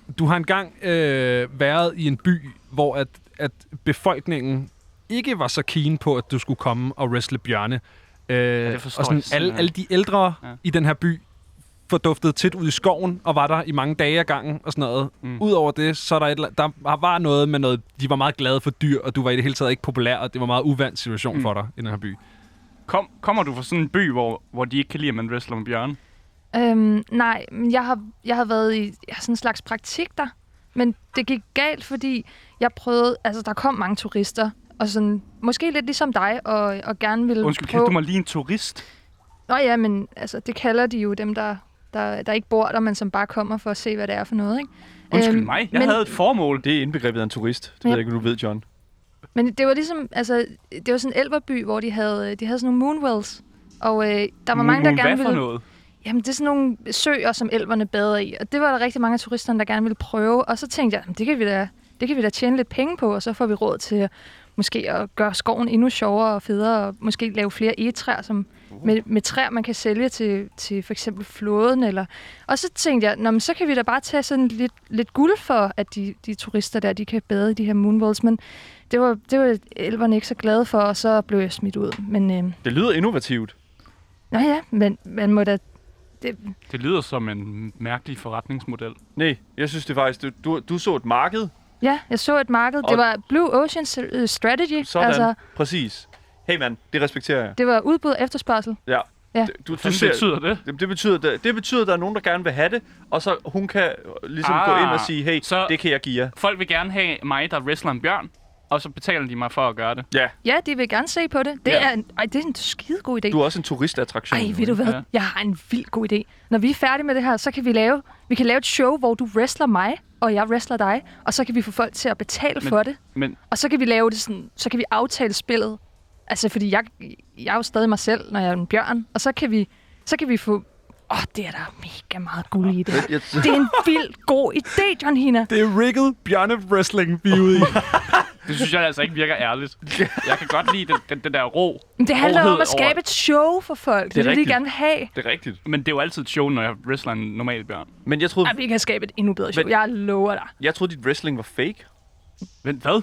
du har engang øh, været i en by, hvor at, at befolkningen ikke var så keen på, at du skulle komme og wrestle bjørne. Øh, det og forstår sådan jeg alle, simpelthen. alle de ældre Ja. ja. i den her by forduftede tit ud i skoven og var der i mange dage ad gangen og sådan noget. Mm. Udover det, så er der, et, der var noget med noget, de var meget glade for dyr, og du var i det hele taget ikke populær, og det var en meget uvant situation Mm. for dig i den her by. Kom, kommer du fra sådan en by, hvor, hvor de ikke kan lide, at man wrestler med bjørn? Øhm, nej, men jeg har, jeg har været i jeg har sådan en slags praktik der. Men det gik galt, fordi jeg prøvede... Altså, der kom mange turister, og sådan... Måske lidt ligesom dig, og, og gerne ville Undskyld, prøve... kaldte du mig lige en turist? Nå ja, men altså, det kalder de jo dem, der, der, der ikke bor der, men som bare kommer for at se, hvad det er for noget, ikke? Undskyld Øhm, mig, jeg men- havde et formål. Det er indbegrebet af en turist. Det Ja. ved jeg ikke, om du ved, John. Men det var ligesom... Altså, det var sådan en elverby, hvor de havde, de havde sådan nogle moonwells. Og øh, der var mange, der gerne Hvad for ville... noget? Jamen, det er sådan nogle søer, som elverne bader i. Og det var der rigtig mange af turisterne, der gerne ville prøve. Og så tænkte jeg, det kan vi da, det kan vi da tjene lidt penge på, og så får vi råd til måske at gøre skoven endnu sjovere og federe, og måske lave flere egetræer, som med, med træer, man kan sælge til, til for eksempel flåden. Eller... Og så tænkte jeg, nå, men så kan vi da bare tage sådan lidt, lidt guld for, at de, de turister der, de kan bade i de her moonwells. Men det var, det var elverne ikke så glade for, og så blev jeg smidt ud. Men, øh, Det lyder innovativt. nå ja, men man må da... Det, Det lyder som en mærkelig forretningsmodel. Nej, jeg synes det er faktisk... Du, du, du så et marked. Ja, jeg så et marked. Og- Det var Blue Ocean uh, Strategy. Sådan. Altså, Præcis. Hey mand, det respekterer jeg. det var udbud og efterspørgsel. Ja. Ja. Du, du Hvad ser, betyder det? det, det, betyder, det, det betyder, at der er nogen, der gerne vil have det, og så hun kan ligesom Ah, gå ind og sige, hey, så- det kan jeg give jer. Folk vil gerne have mig, der wrestler en bjørn, og så betaler de mig for at gøre det. Ja, Ja, de vil gerne se på det. Det, Ja. er, en, ej, det er en skidegod idé. du er også en turistattraktion. Ej, ved du hvad? Ja. Jeg har en vild god idé. Når vi er færdige med det her, så kan vi lave, vi kan lave et show, hvor du wrestler mig, og jeg wrestler dig, og så kan vi få folk til at betale Men- for det. Men Og så kan vi lave det sådan, så kan vi aftale spillet. Altså, fordi jeg, jeg er jo stadig mig selv, når jeg er en bjørn, og så kan vi, så kan vi få... Åh, oh, det er der mega meget guld i det. Jeg, Det er en vild god idé, John Hina. Det er rigged bjørne-wrestling, vi er ude i. det synes jeg altså ikke virker ærligt. Jeg kan godt lide den, den, den der ro. Men det handler Råhed om at skabe over- et show for folk. Det, Det er det er det, de rigtigt. gerne vil have. det er rigtigt. Men det er jo altid et show, når jeg wrestler en normal bjørn. Men jeg troede, Ej, vi kan skabe et endnu bedre show. Men- Jeg lover dig. jeg troede, dit wrestling var fake. Men hvad?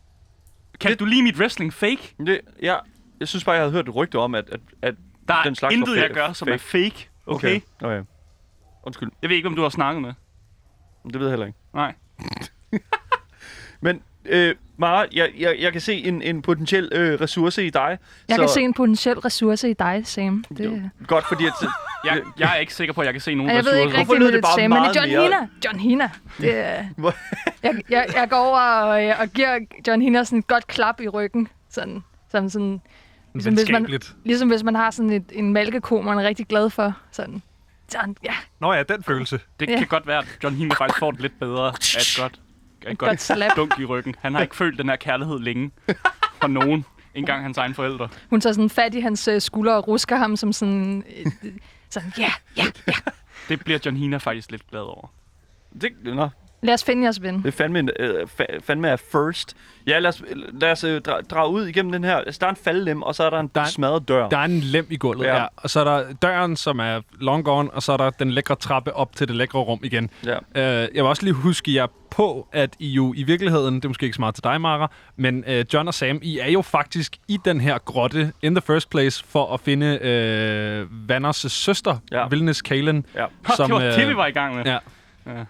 Kan du lide mit wrestling fake? Det, ja, jeg synes bare, jeg havde hørt et rygte om, at, at, at Der er den slags intet, var jeg fa- gør, som fake. er fake. Okay? okay. okay. Undskyld, Jeg ved ikke, om du har snakket med. det ved jeg heller ikke. Nej. Men øh, Mara, jeg, jeg, jeg kan se en, en potentiel øh, ressource i dig. Jeg så, kan se en potentiel ressource i dig, Sam. Det, Jo, godt, fordi at, Jeg, jeg er ikke sikker på, at jeg kan se nogen Ej, jeg ved ikke ressourcer. Hvorfor rigtig, lød med det det, bare Sam, men meget det er John mere- Hina. John Hina. Det, er- Hvor- jeg, jeg, jeg går over og, øh, og giver John Hina sådan et godt klap i ryggen. Sådan, sådan, sådan, ligesom, hvis man, Venskabeligt. ligesom hvis man har sådan et, en malkeko, man er rigtig glad for. Sådan, sådan ja, Nå ja, den følelse. Det Ja. kan godt være, at John Hina faktisk får det lidt bedre af et godt, af et godt godt slap. dunk i ryggen. Han har ikke følt den her kærlighed længe fra nogen. Ikke engang hans egne forældre. Hun tager sådan fat i hans øh, skulder og rusker ham som sådan... Øh, sådan, ja, ja, ja. Det bliver John Hina faktisk lidt glad over. det, nå, Lad os finde jeres ven. det er fandme, en, øh, fa- fandme af first. Ja, lad os, lad os øh, dra- drage ud igennem den her. Altså, der er en faldlem, og så er der en Der er- smadret dør. Der er en lem i gulvet, Ja. ja. ja. Og så er der døren, som er long gone, og så er der den lækre trappe op til det lækre rum igen. Ja. Uh, jeg vil også lige huske jer på, at I jo i virkeligheden, det er måske ikke så meget til dig, Mara, men uh, John og Sam, I er jo faktisk i den her grotte in the first place for at finde uh, Vanners søster, Ja. ja. Vilnes Kalen. Ja. Som, det var øh, det, vi var i gang med. Ja. Ja.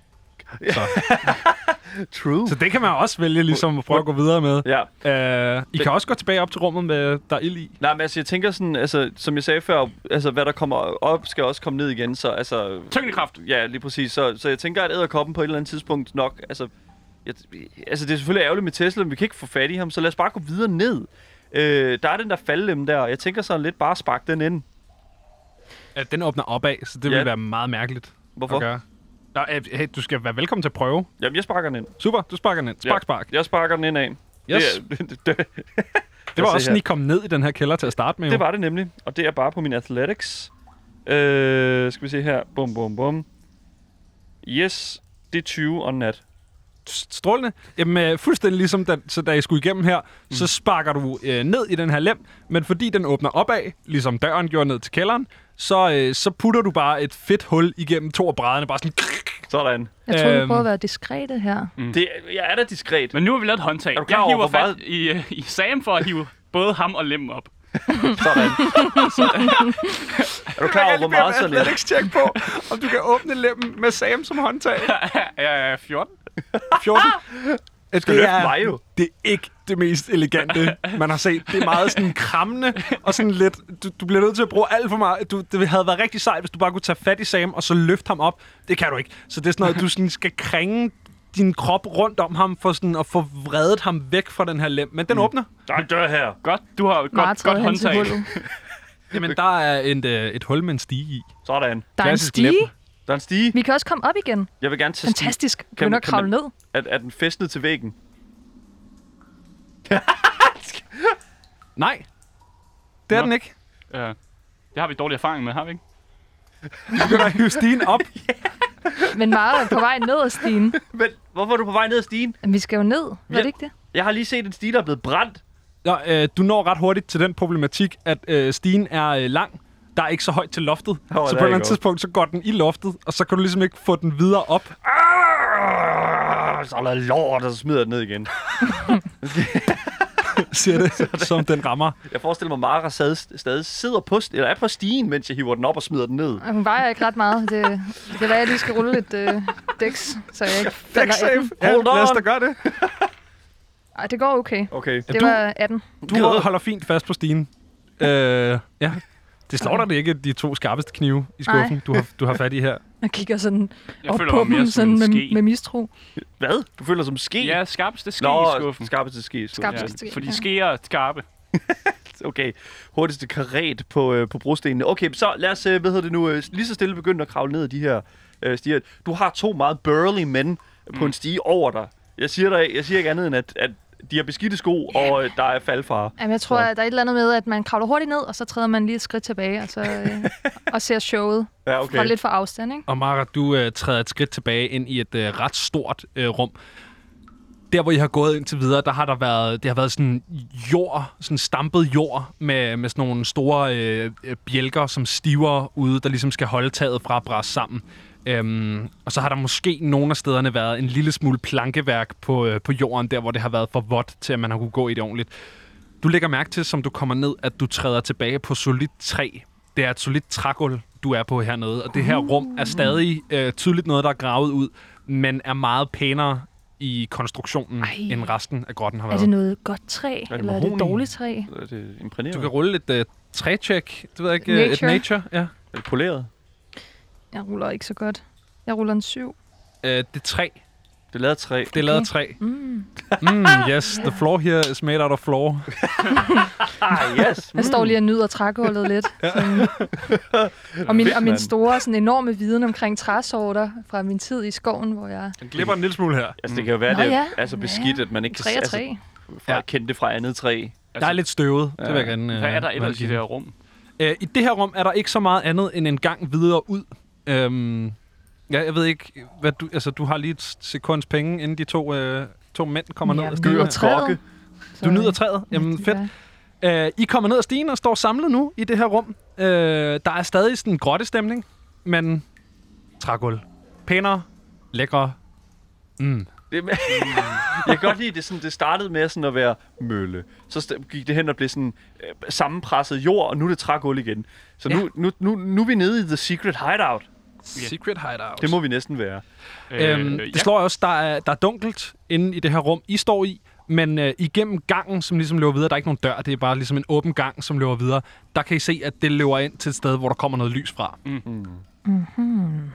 Så, True. så det kan man også vælge ligesom at prøve at gå videre med. Ja. Uh, I kan også gå tilbage op til rummet med der er ild i. Nej, men altså, jeg tænker sådan, altså, som jeg sagde før, altså, hvad der kommer op, skal også komme ned igen, så altså... Tyngdekraft. Ja, lige præcis. Så, så jeg tænker, at edderkoppen på et eller andet tidspunkt nok, altså... Jeg, altså, det er selvfølgelig ærgerligt med Tesla, men vi kan ikke få fat i ham, så lad os bare gå videre ned. Øh, der er den der faldlem der, og jeg tænker sådan lidt bare spark den ind. Uh, den åbner opad, så det Ja. vil være meget mærkeligt Hvorfor? at gøre. Nå, uh, hey, du skal være velkommen til at prøve. Jamen, jeg sparker den ind. Super, du sparker den ind. Spark, Ja. spark. Jeg sparker den ind af. Yes. Det, er, det, det, Det se var også sådan, her. I kom ned i den her kælder til at starte med. det jo. var det nemlig, og det er bare på min athletics. Øh, skal vi se her. Bum, bum, bum. Yes, det er tyve og nat. Strålende. Jamen, øh, fuldstændig ligesom, da, så da I skulle igennem her, mm. så sparker du øh, ned i den her lem, men fordi den åbner opad, ligesom døren gjorde ned til kælderen, så, øh, så putter du bare et fedt hul igennem to af brædderne, bare sådan... Sådan. Jeg tror, Øhm. du prøver at være diskrete her. Mm. Det, jeg er da diskret. Men nu har vi lavet et håndtag. Er du klar Jeg over, hiver hvor fat meget- i, uh, i Sam for at hive både ham og lemmen op. Sådan. Er du klar over, hvor meget sådan Jeg et... er ikke tjekke på, om du kan åbne lemmen med Sam som håndtag. Jeg er fjorten. fjorten. Skal det løfte er, mig jo. det er ikke det mest elegante, man har set. Det er meget sådan krammende og sådan lidt... Du, du bliver nødt til at bruge alt for meget. Du, det havde været rigtig sejt, hvis du bare kunne tage fat i Sam og så løfte ham op. Det kan du ikke. Så det er sådan noget, du sådan skal krænge din krop rundt om ham for sådan at få vredet ham væk fra den her lem. Men den mm. åbner. Der er en dør her. Godt, du har et godt, godt håndtag. Jamen, der er et, øh, et hul med en stige i. Sådan. Der er en Klassisk stige. lem. Der er en stige. Vi kan også komme op igen. Jeg vil gerne tage stige. Fantastisk. Kan- Kan, kan at kan kravle man- ned. Er, er den fæstnet til væggen? Nej. Det er Nå. den ikke. Uh, det har vi dårlig erfaring med, har vi ikke? Du begynder at hive stigen op. Men meget er på vej ned ad stigen. Men hvorfor er du på vej ned ad stigen? Men vi skal jo ned. Var Ja. det ikke det? Jeg har lige set en stige, der er blevet brændt. Nå, øh, du når ret hurtigt til den problematik, at øh, stigen er øh, lang. Der er ikke så højt til loftet. Åh, så der på er et eller ikke andet tidspunkt, så går den i loftet, og så kan du ligesom ikke få den videre op. Ah, så er der lort, og så smider jeg den ned igen. Siger det, som den rammer. Jeg forestiller mig, at Mara stadig, stadig sidder på, st- eller er på stigen, mens jeg hiver den op og smider den ned. Og hun vejer ikke ret meget. Det, det kan være, at jeg lige skal rulle lidt øh, dæks, så jeg ikke falder Deck af den. safe. Ja, Hold lad os on. da gøre det. Ej, det går okay. Okay. Det du- var atten. Du holder fint fast på stigen. Øh, ja. Det slår dig ikke de to skarpeste knive i skuffen, du har, du har fat i her. Jeg kigger sådan Jeg op føler på mig mere dem som sådan en med, ske. med mistro. Hvad? Du føler som ske? Ja, skarpeste ske Nå, i skuffen. skarpeste ske. Skarp- Ja, Skarpeste ske, fordi ja. skeer er skarpe. Okay. Hurtigste karet på, øh, på brostenene. Okay, så lad os, øh, hvad hedder det nu, øh, lige så stille begynde at kravle ned ad de her øh, stiger. Du har to meget burly mænd på en stige over dig. Jeg siger, dig, jeg siger ikke andet end, at, at de har beskidte sko, og øh, der er faldfare. Jamen, jeg tror, Så. at der er et eller andet med, at man kravler hurtigt ned, og så træder man lige et skridt tilbage, og så øh, og ser showet Ja, fra lidt for afstand, ikke? Og Mara, du øh, træder et skridt tilbage ind i et øh, ret stort øh, rum. Der, hvor I har gået indtil videre, der har der været, det har været sådan jord, sådan stampet jord med, med sådan nogle store øh, øh, bjælker, som stiver ude, der ligesom skal holde taget fra at bræse sammen. Øhm, og så har der måske nogle af stederne været en lille smule plankeværk på, øh, på jorden, der hvor det har været for vådt til, at man har kunne gå i det ordentligt. Du lægger mærke til, som du kommer ned, at du træder tilbage på solidt træ. Det er et solidt trægulv, du er på hernede, og det her rum er stadig øh, tydeligt noget, der er gravet ud, men er meget pænere i konstruktionen, Ej. end resten af grotten har Er været. det noget godt træ, det eller er det mahogni? dårligt træ? Er det imponerende? Du kan rulle et uh, trætjek, det ved jeg ikke, uh, et Nature. nature, ja. Er det poleret? Jeg ruller ikke så godt. Jeg ruller en syv. Uh, det er træ. Det er lavet af træ. Det er lavet af træ. Mm. Mm, yes, the floor here is made out of floor. Ah, yes. Jeg står lige og nyder trægulvet lidt. Sådan. Og, min, Fedt, og min mand. store, sådan enorme viden omkring træsorter fra min tid i skoven, hvor jeg... Den glipper en lille smule her. Altså, det kan jo være, Nå det ja. er så beskidt, Ja. at man ikke kan Træ og altså, træ. fra, Ja. kende det fra andet træ. Der er lidt støvet, det vil jeg gerne... Uh, Hvad er der ellers i det her rum? Uh, I det her rum er der ikke så meget andet end en gang videre ud. Um, ja, jeg ved ikke, hvad du... Altså, du har lige et sekunds penge, inden de to, uh, to mænd kommer Ja, ned. ad vi stigen nyder her. træet. Gokke. Så, Du nyder øh, træet? Jamen, det fedt. gør jeg. Uh, I kommer ned ad stigen og står samlet nu i det her rum. Uh, der er stadig sådan en grottestemning, men trægulv. Pænere, lækre. Mm. Det, jeg kan godt lide, det, sådan, det startede med sådan at være mølle. Så st- gik det hen og blev sådan øh, sammenpresset jord, og nu er det trægulv igen. Så nu, nu, nu, nu er vi nede i The Secret Hideout. Secret hideout. Det må vi næsten være. Øhm, Øh, det ja. slår også, der er, der er dunkelt inde i det her rum, I står i, men øh, igennem gangen, som ligesom løber videre, der er ikke nogen dør, det er bare ligesom en åben gang, som løber videre, der kan I se, at det løber ind til et sted, hvor der kommer noget lys fra. Mhm.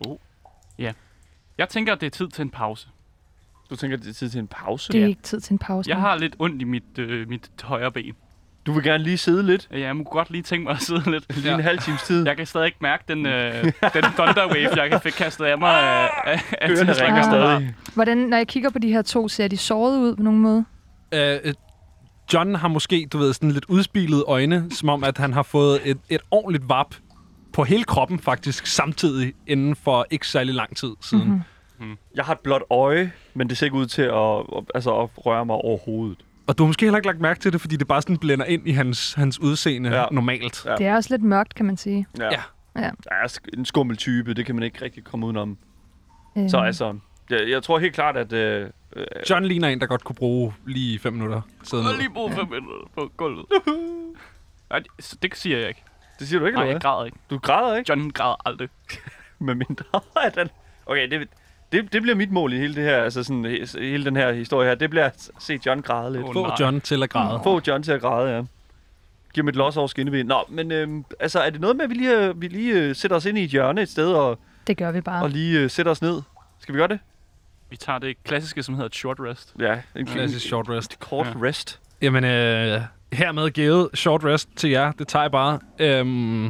Jeg tænker, at det er tid til en pause. Du tænker, det er tid til en pause? Det er ikke tid til en pause. Jeg nu. har lidt ondt i mit, øh, mit højre ben. Du vil gerne lige sidde lidt? Jeg må godt lige tænke mig at sidde lidt. Lige en halv times tid? Jeg kan stadig ikke mærke den, øh, den thunderwave, jeg fik kastet af mig af, af, af Ørerne ringer tidsringer. stadig. Hvordan, når jeg kigger på de her to, ser de såret ud på nogen måde? Øh, øh, John har måske, du ved, sådan lidt udspilede øjne, som om, at han har fået et, et ordentligt vap på hele kroppen faktisk, samtidig inden for ikke særlig lang tid siden. Mhm. Mhm. Jeg har et blåt øje, men det ser ikke ud til at, at, altså, at røre mig overhovedet. Og du har måske heller ikke lagt mærke til det, fordi det bare sådan blænder ind i hans, hans udseende Ja. ja. normalt. Ja. Det er også lidt mørkt, kan man sige. Ja. Ja. Ja. Der er sk- en skummel type, det kan man ikke rigtig komme udenom. Øhm, Så altså, jeg, jeg tror helt klart, at... Øh, øh, John ligner en, der godt kunne bruge lige fem minutter. Sidde Jeg ned. har lige brugt fem minutter på gulvet. Nej, det, det siger jeg ikke. det siger du ikke, Nej, eller jeg hvad? græder ikke. Du græder ikke? John græder aldrig. Med mindre at den... Okay, det, det, det bliver mit mål i hele det her, altså sådan, he- hele den her historie her. Det bliver at se John græde lidt. Åh, Få nej. John til at græde. Få John til at græde, ja. Giv mig et los over skinneben. Nå, men øhm, altså, er det noget med, at vi lige, øh, vi lige øh, sætter os ind i et hjørne et sted og, Det gør vi bare. og lige øh, sætter os ned? Skal vi gøre det? Vi tager det klassiske, som hedder et short rest. Ja, en Klassisk short rest. kort Ja. rest. Jamen, øh, hermed givet short rest til jer. Det tager jeg bare. Øhm,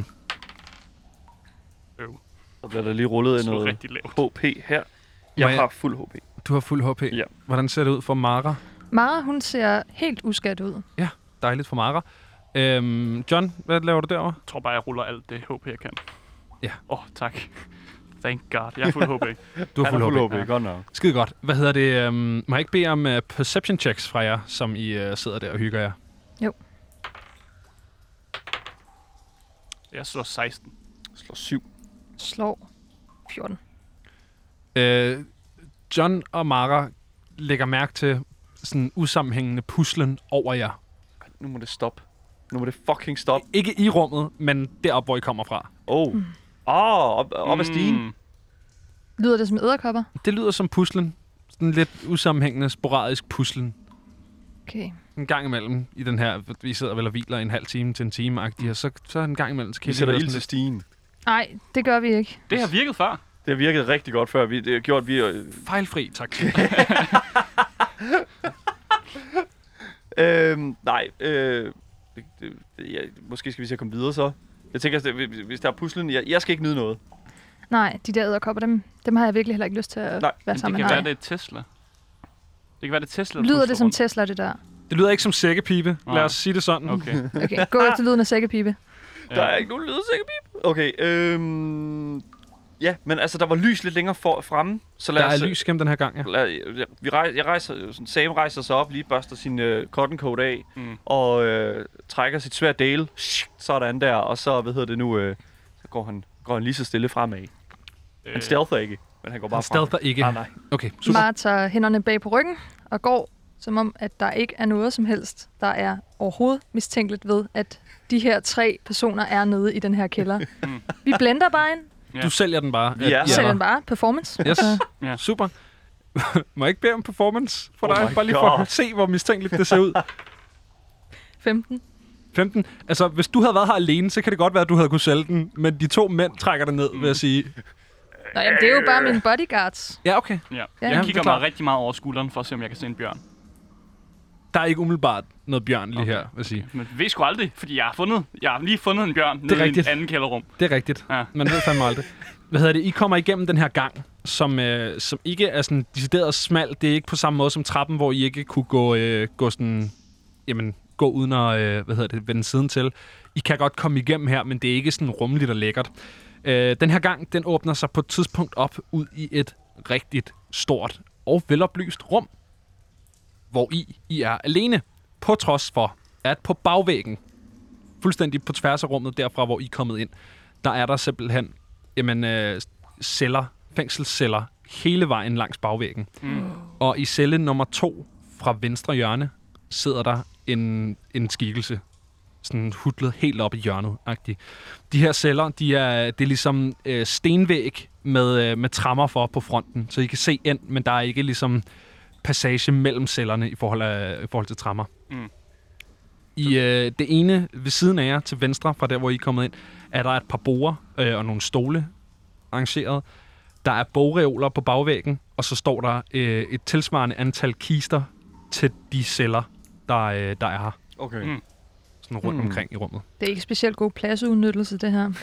Øv. Så bliver der lige rullet Slå noget rigtig lavt. H P her. Jeg jeg- har fuld H P. du har fuld H P. Ja. Hvordan ser det ud for Mara? Mara, hun ser helt uskat ud. Dejligt for Mara. Øhm, John, hvad laver du derovre? Jeg tror bare, jeg ruller alt det H P, jeg kan. Ja. Åh, oh, tak. Thank God. Jeg er fuld H P. Du har Han fuld har H P. fuld H P, godt nok. Skide godt. Hvad hedder det? Øhm, må jeg ikke bede om uh, perception checks fra jer, som I uh, sidder der og hygger jer? Jeg slår seksten. Slår syv. Slår fjorten. Øh, John og Mara lægger mærke til sådan usammenhængende puslen over jer. Nu må det stoppe. Nu må det fucking stoppe. Ikke i rummet, men deroppe, hvor I kommer fra. Oh. Åh, oh, op, op ad stigen. Mm. Lyder det som edderkopper? Det lyder som puslen. Sådan lidt usammenhængende, sporadisk puslen. Okay. En gang imellem i den her, vi sidder vel og hviler en halv time til en time agtig, og så, så en gang imellem, så kan Vi I sætter høre ild sådan til lidt- stigen. Nej, det gør vi ikke. Det har virket før. Det har virket rigtig godt før. Vi, det har gjort, vi... Øh, Fejlfri, tak. øh, nej, øh, det, det, ja, måske skal vi se at komme videre så. Jeg tænker, at det- hvis der er puslen... Jeg, jeg skal ikke nyde noget. Nej, de der edderkopper, dem, dem har jeg virkelig heller ikke lyst til at Nej, være Men det sammen kan med. være, Nej. det er Tesla. Det kan være, det er Tesla, der Lyder pusler det som rundt. Tesla, det der? Det lyder ikke som sækkepibe. Lad Nej. os sige det sådan. Okay. Okay, gå efter lyden af sækkepibe. Der er ikke nogen lydsækkepip. Okay, øhm... Ja, men altså, der var lys lidt længere for, fremme. Så lad Der os, er lys gennem den her gang, ja. Lad, vi rejser, jeg rejser, sådan, Sam rejser sig op, lige børster sin øh, cotton coat af, Mm. og øh, trækker sit svært dale. Sådan der, og så, hvad hedder det nu, øh, så går han, går han lige så stille fremad. Han stealther ikke, men han går bare Han fremad. stealther ikke. Ah, nej. Okay, super. Mara tager hænderne bag på ryggen og går, som om, at der ikke er noget som helst, der er overhovedet mistænkeligt ved, at de her tre personer er nede i den her kælder. Mm. Vi blender bare ind, Ja. Du sælger den bare. Vi er at I her. sælger der. den bare. Performance. Yes. Altså, Ja. Super. Må jeg ikke bede om performance for Oh dig? my Bare lige for God. at se, hvor mistænkeligt det ser ud. femten. femten. Altså, hvis du havde været her alene, så kan det godt være, at du havde kunne sælge den. Men de to mænd trækker den ned, vil jeg sige. Nå, jamen, det er jo bare mine bodyguards. Ja, okay. Ja. Ja, Jeg det er kigger klart. mig rigtig meget over skulderen, for at se, om jeg kan se en bjørn. Der er ikke umiddelbart noget bjørn lige Okay. her, vil jeg sige. Men vi ved sgu aldrig, fordi jeg har, fundet, jeg har lige fundet en bjørn nede i rigtigt. en anden kælderrum. Det er rigtigt. Ja. Man ved fandme aldrig. Hvad hedder det? I kommer igennem den her gang, som, øh, som ikke er sådan decideret smal. Det er ikke på samme måde som trappen, hvor I ikke kunne gå, øh, gå sådan... Jamen, gå uden at, øh, hvad hedder det, vende siden til. I kan godt komme igennem her, men det er ikke sådan rummeligt og lækkert. Øh, den her gang, den åbner sig på et tidspunkt op ud i et rigtigt stort og veloplyst rum, hvor I, I er alene, på trods for, at på bagvæggen, fuldstændig på tværs af rummet, derfra hvor I er kommet ind, der er der simpelthen jamen, øh, celler, fængselsceller, hele vejen langs bagvæggen. Mm. Og i celle nummer to fra venstre hjørne sidder der en, en skikkelse. Sådan hudlet helt op i hjørnet -agtigt. De her celler, de er, det er ligesom øh, stenvæg med, øh, med trammer for på fronten, så I kan se ind, men der er ikke ligesom passage mellem cellerne i forhold, af, i forhold til trammer. Mm. I øh, det ene ved siden af jer, til venstre fra der, hvor I er kommet ind, er der et par borer øh, og nogle stole arrangeret. Der er bogreoler på bagvæggen, og så står der øh, et tilsvarende antal kister til de celler, der, øh, der er her. Okay. Mm. Sådan rundt Hmm. omkring i rummet. Det er ikke specielt god pladsudnyttelse, det her.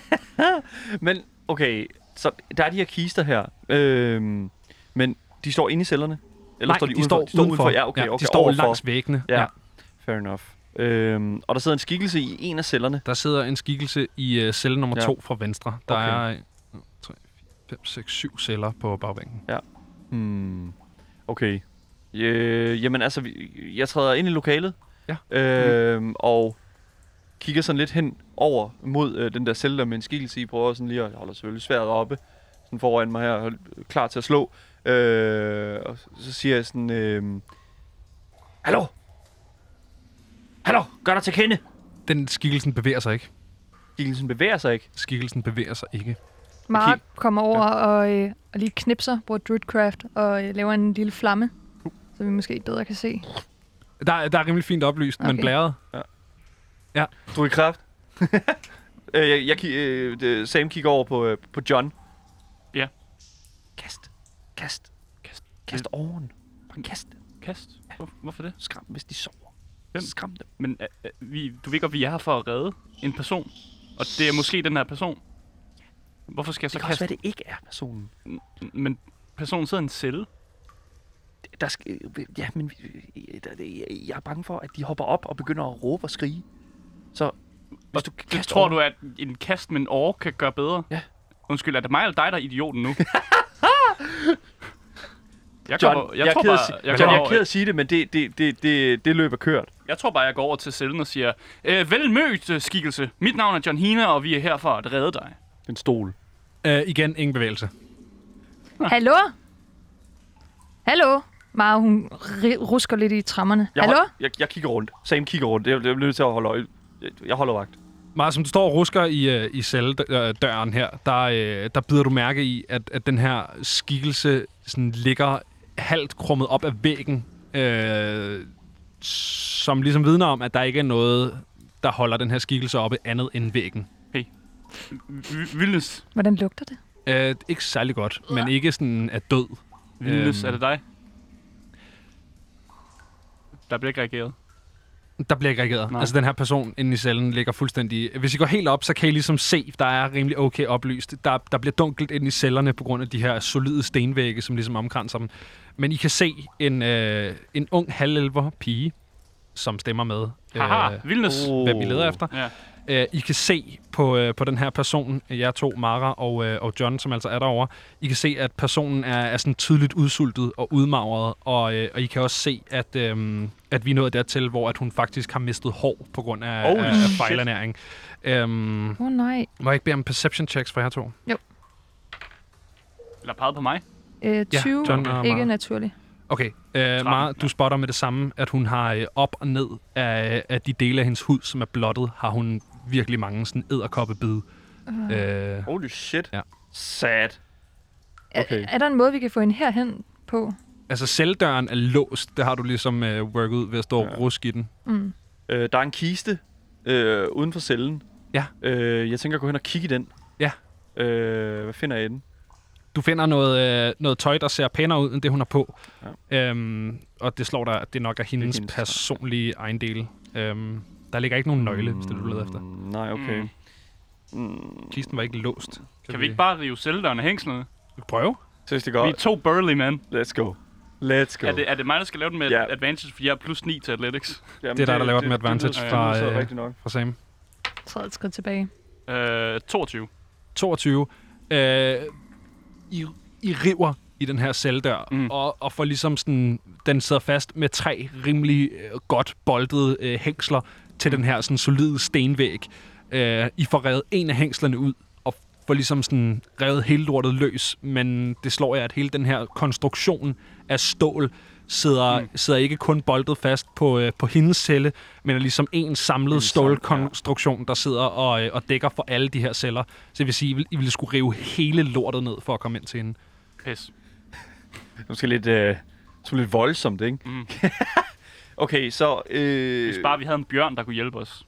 Men, okay, så der er de her kister her, øhm, men de står inde i cellerne? Eller Nej, står de, de udenfor? står de står udenfor. Ja, okay, Ja, okay. de står overfor. langs væggene. Ja. Ja. Fair enough. Øhm, og der sidder en skikkelse i en af cellerne. Der sidder en skikkelse i uh, celle nummer Ja. to fra venstre. Der Okay. er en, to, tre, fire, fem, seks, syv celler på bagvæggen. Hmm. Okay. Øh, jamen altså, vi- jeg træder ind i lokalet. Ja. Øh, og kigger sådan lidt hen over mod øh, den der celle, der med en skikkelse i. Prøver sådan lige at holde selvfølgelig sværet oppe. Sådan foran mig her, og klar til at slå. Øh, og så siger jeg sådan... Øh, Hallo? Hallo? Gør dig til kende! Den skikkelsen bevæger sig ikke. Skikkelsen bevæger sig ikke. Skikkelsen bevæger sig ikke. Mark Okay. kommer over og, øh, og lige knipser, bruger Druidcraft og øh, laver en lille flamme, så vi måske bedre kan se. Der, der er rimelig fint oplyst, okay. men Okay. blæret. Du er i kraft. øh, jeg, jeg, ki- øh, det- Sam kigger over på, øh, på John. Ja. Kast. Kast. Kast. Kast oven. Kast. Kast. Hvor, hvorfor det? Skram, hvis de sover. Hvem? Skram dem. Men øh, øh, vi, du ved godt, vi er her for at redde en person. Og det er måske den her person. Hvorfor skal jeg så Det kan også kaste? være, det ikke er personen. Men personen sidder i en celle. Der skal, ja, men øh, der, det- jeg er bange for, at de hopper op og begynder at råbe og skrige. Så hvis Og du det kaster tror over- du, at en kast med en åre kan gøre bedre? Ja. Undskyld, er det mig eller dig, der er idioten nu? jeg, John, går, jeg, jeg, jeg, tror er ked af, bare, at sige- jeg, John, går jeg er over- ked af at sige det, men det, det, det, det, det løber kørt. jeg tror bare, jeg går over til cellen og siger, øh, vel mødt, øh, skikkelse. Mit navn er John Hina, og vi er her for at redde dig. En stol. Uh, igen, ingen bevægelse. Hallo? Hallo? Mara, hun ri- rusker lidt i trammerne. Jeg, Hallo? hold, jeg, jeg kigger rundt. Sam kigger rundt. Jeg, jeg bliver nødt til at holde øje. Jeg, jeg holder vagt. Meget som du står og rusker i, uh, i celledøren her, der, uh, der bider du mærke i, at, at den her skikkelse sådan ligger halvt krummet op af væggen, uh, som ligesom vidner om, at der ikke er noget, der holder den her skikkelse oppe andet end væggen. V- Vildnes. Hvordan lugter det? Uh, ikke særlig godt, men ikke sådan er død. Vildnes, Øhm. er det dig? Der bliver ikke reageret. Der bliver ikke reageret. Nej. Altså, den her person inde i cellen ligger fuldstændig... Hvis I går helt op, så kan I ligesom se, der er rimelig okay oplyst. Der, der bliver dunkelt inde i cellerne på grund af de her solide stenvægge, som ligesom omkranser dem. Men I kan se en, øh, en ung halvelver pige, som stemmer med. Haha, øh, Vildnes. Oh. hvem I leder efter. Ja. Øh, I kan se på, øh, på den her person, jer to, Mara og, øh, og John, som altså er derovre, I kan se, at personen er, er sådan tydeligt udsultet og udmagret, og, øh, og I kan også se, at, øh, at vi er nået dertil, hvor at hun faktisk har mistet hår på grund af, Holy af, af shit. fejlernæring. Øhm, Åh oh, nej. må jeg ikke bede om perception checks for jer to? Eller peget på mig. Øh, Ja, tyve, John og ikke Mara. naturligt. Okay, øh, Mara, du spotter med det samme, at hun har øh, op og ned af, af de dele af hendes hud, som er blottet, har hun virkelig mange sådan edderkoppebid. Uh. Øh, Holy shit. Ja. Sad. Okay. Er, er der en måde, vi kan få hende herhen på? altså, celledøren er låst. Det har du ligesom øh, worket ud ved at stå Ja. og ruske i den. Mm. Øh, der er en kiste øh, uden for cellen. Ja. Øh, jeg tænker at gå hen og kigge i den. Ja. Øh, hvad finder jeg i den? Du finder noget, øh, noget tøj, der ser pænere ud, end det, hun har på. Ja. Øhm, og det slår dig, at det nok er hendes, hendes tøj. personlige ejendele. Øhm, der ligger ikke nogen nøgle, hvis det er det, du leder efter. Mm, nej, okay. Mm. Mm. Kisten var ikke låst. Kan, Kan vi ikke bare rive celledøren af hængslerne? prøve? Synes det Vi er godt? to burly, man. Let's go. Let's go. Er det, er det mig, der skal lave den med Ja. advantage, fordi jeg er plus ni til athletics? Jamen, det er dig, der laver den med det- advantage det lyder- fra, det lyder øh, rigtigt nok. Fra Sam. Træd et skridt tilbage. Øh, toogtyve. toogtyve. Øh, I, I river i den her celledør, Mm. mm. og, og får ligesom sådan, den sidder fast med tre rimelig øh, godt boltede øh, hængsler til Mm. den her sådan solide stenvæg. Øh, I får revet en af hængslerne ud, og får ligesom sådan revet hele lortet løs, men det slår jer, at hele den her konstruktion af stål sidder, Mm. mm. sidder ikke kun boltet fast på, øh, på hendes celle, men er ligesom en samlet En sam- stålkonstruktion, der sidder og, øh, og dækker for alle de her celler. Så det vil sige, I vil, I ville skulle rive hele lortet ned for at komme ind til hende. Pis. Måske lidt, øh, så lidt voldsomt, ikke? Mm. Okay, så... Øh, Hvis bare vi havde en bjørn, der kunne hjælpe os.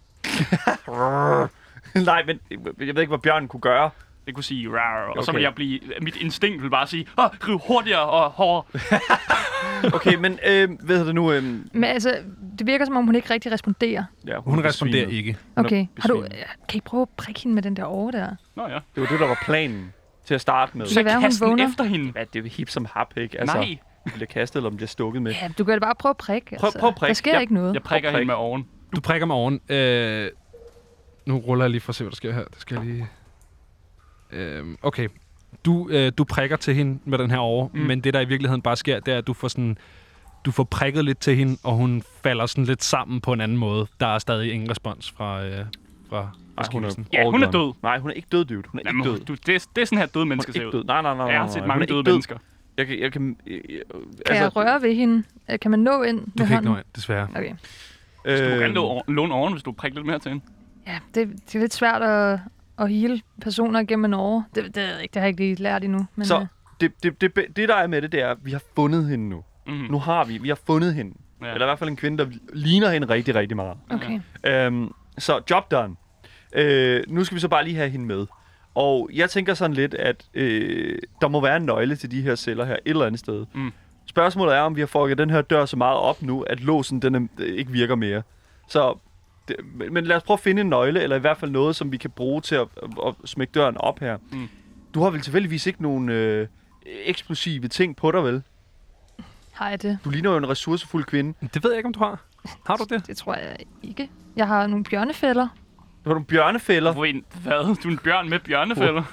Nej, men jeg ved ikke, hvad bjørnen kunne gøre. Det kunne sige rar, og så Okay. ville jeg blive... Mit instinkt ville bare sige, åh, riv hurtigere og hårdere. Okay, men øh, hvad hedder det nu? Øh, Men altså, det virker som om, hun ikke rigtig responderer. ja, Hun er responderer besvimet. ikke. Hun er Okay, har du, besvimet. kan I prøve at prikke hende med den der over der? Nå ja. Det var det, der var planen til at starte med. Så kan være, hun kast den vågner. efter hende. Hvad, det er jo hip som hap, ikke? Altså, Nej, Hun bliver kastet, eller om bliver stukket med. Ja, du kan da bare prøve at prikke. Prøv- altså. prøv at prikke. Der sker Ja. ikke noget. jeg prikker Prøv hende med prik. oven. Du prikker mig oven. Øh, nu ruller jeg lige for at se, hvad der sker her. Det skal jeg lige... Øh, okay. Du, øh, du prikker til hende med den her over, Mm. mm. men det, der i virkeligheden bare sker, det er, at du får sådan... Du får prikket lidt til hende, og hun falder sådan lidt sammen på en anden måde. Der er stadig ingen respons fra, øh, fra Ej, hun beskrivelsen. Ja, hun er død. Nej, hun er ikke død, dude. Hun er Jamen, ikke død. du, det, er, det er sådan her døde Hun mennesker er ser ikke ud. død. Nej, nej, nej, nej. Jeg har set nej, mange hun er døde ikke død. mennesker. Jeg kan... Jeg kan, øh, øh, Kan jeg røre ved hende? Øh, Kan man nå ind med Du kan ikke hånden? nå ind, desværre. Okay. Så du øh, kan låne låne åren, hvis du prikker lidt mere til hende. Ja, det, det er lidt svært at, at hele personer gennem en år. Det, det, ved jeg ikke, det har jeg ikke lige lært endnu. Men, Så øh, det, det, det, det, der er med det, det er, at vi har fundet hende nu. Mm. Nu har vi. Vi har fundet hende. Ja. Eller i hvert fald en kvinde, der ligner hende rigtig, rigtig meget. okay. Øhm, så job done. Øh, nu skal vi så bare lige have hende med. Og jeg tænker sådan lidt, at øh, der må være en nøgle til de her celler her et eller andet sted. Mm. Spørgsmålet er, om vi har fucket den her dør så meget op nu, at låsen den er, øh, ikke virker mere. Så, det, men, men lad os prøve at finde en nøgle, eller i hvert fald noget, som vi kan bruge til at, at, at smække døren op her. Mm. Du har vel tilfældigvis ikke nogen øh, eksplosive ting på dig, vel? Har jeg det? Du ligner jo en ressourcefuld kvinde. Det ved jeg ikke, om du har. Har du det? Det tror jeg ikke. Jeg har nogle bjørnefælder. Du har nogle bjørnefælder. Hvad? Du er en bjørn med bjørnefælder?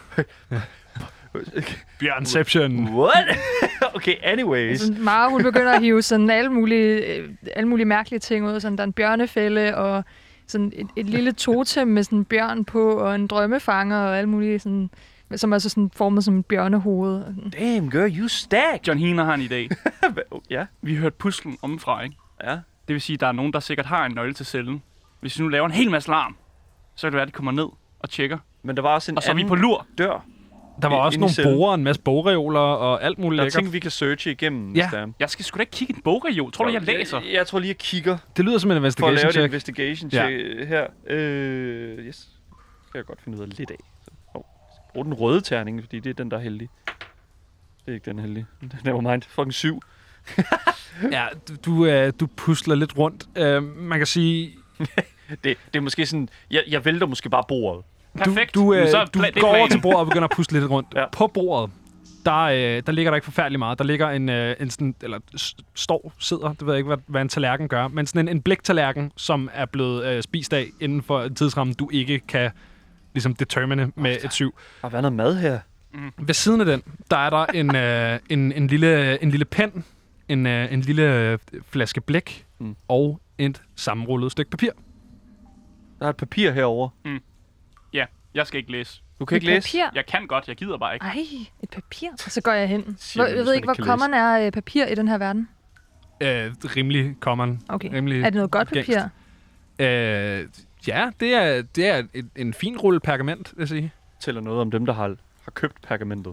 Bjørnception. What? Okay, anyways. Altså, Mara, hun begynder at hive sådan alle mulige, øh, alle mulige mærkelige ting ud. Sådan, der er en bjørnefælde og sådan et, et lille totem med sådan en bjørn på og en drømmefanger og alle mulige sådan, som er så sådan formet som et bjørnehoved. Damn, girl, you stack. John Hina har en idé. Ja, Vi har hørt puslen omfra, ikke? ja. Det vil sige, at der er nogen, der sikkert har en nøgle til cellen. Hvis vi nu laver en hel masse larm, så kan det være, at de kommer ned og tjekker. Men der var også en Og så er vi anden på lur. dør. Der var I- også inde i nogle cellen. borer, en masse bogreoler og alt muligt Der er lækkert. ting, vi kan searche igennem. Ja. hvis der er. Jeg skal sgu da ikke kigge i en bogreol. Tror du, jeg læser? Jeg, jeg tror lige, jeg kigger Det lyder som en for at lave investigation et check. investigation check her. Øh, yes. Det kan jeg godt finde ud af lidt af. Så, oh. Brug den røde terning, fordi det er den, der er heldig. Det er ikke den heldige. Never mind. Fucking syv. Ja, du, du, øh, du pusler lidt rundt. Uh, man kan sige, Det, det er måske sådan... Jeg, jeg vælter måske bare bordet. Perfekt. du, øh, Men så er du pla- det er går over planen. til bordet og begynder at pusle lidt rundt. Ja. På bordet, der, øh, der ligger der ikke forfærdeligt meget. Der ligger en, øh, en sådan, eller s- står, sidder, det ved jeg ikke, hvad, hvad en tallerken gør, men sådan en, en bliktallerken, som er blevet øh, spist af inden for en tidsramme, du ikke kan ligesom determine med et syv. Der har været noget mad her. Ved siden af den, der er der en, øh, en, en, lille, en lille pen, en, øh, en lille øh, flaske blæk Mm. og et sammenrullet stykke papir. Der er et papir herovre. Ja, jeg skal ikke læse. Du kan ikke Et læse. Jeg papir? kan godt, jeg gider bare ikke. Ej, et papir. Og så går jeg hen. Siger Hvor, man, jeg hvis ved man ikke, hvor ikke kan common er øh, papir i den her verden. Øh, rimelig common. Okay. Rimelig Er det noget godt gængst. papir? Øh, ja, det er, det er en, en fin rulle pergament, vil jeg sige. Tæller noget om dem, der har, har købt pergamentet.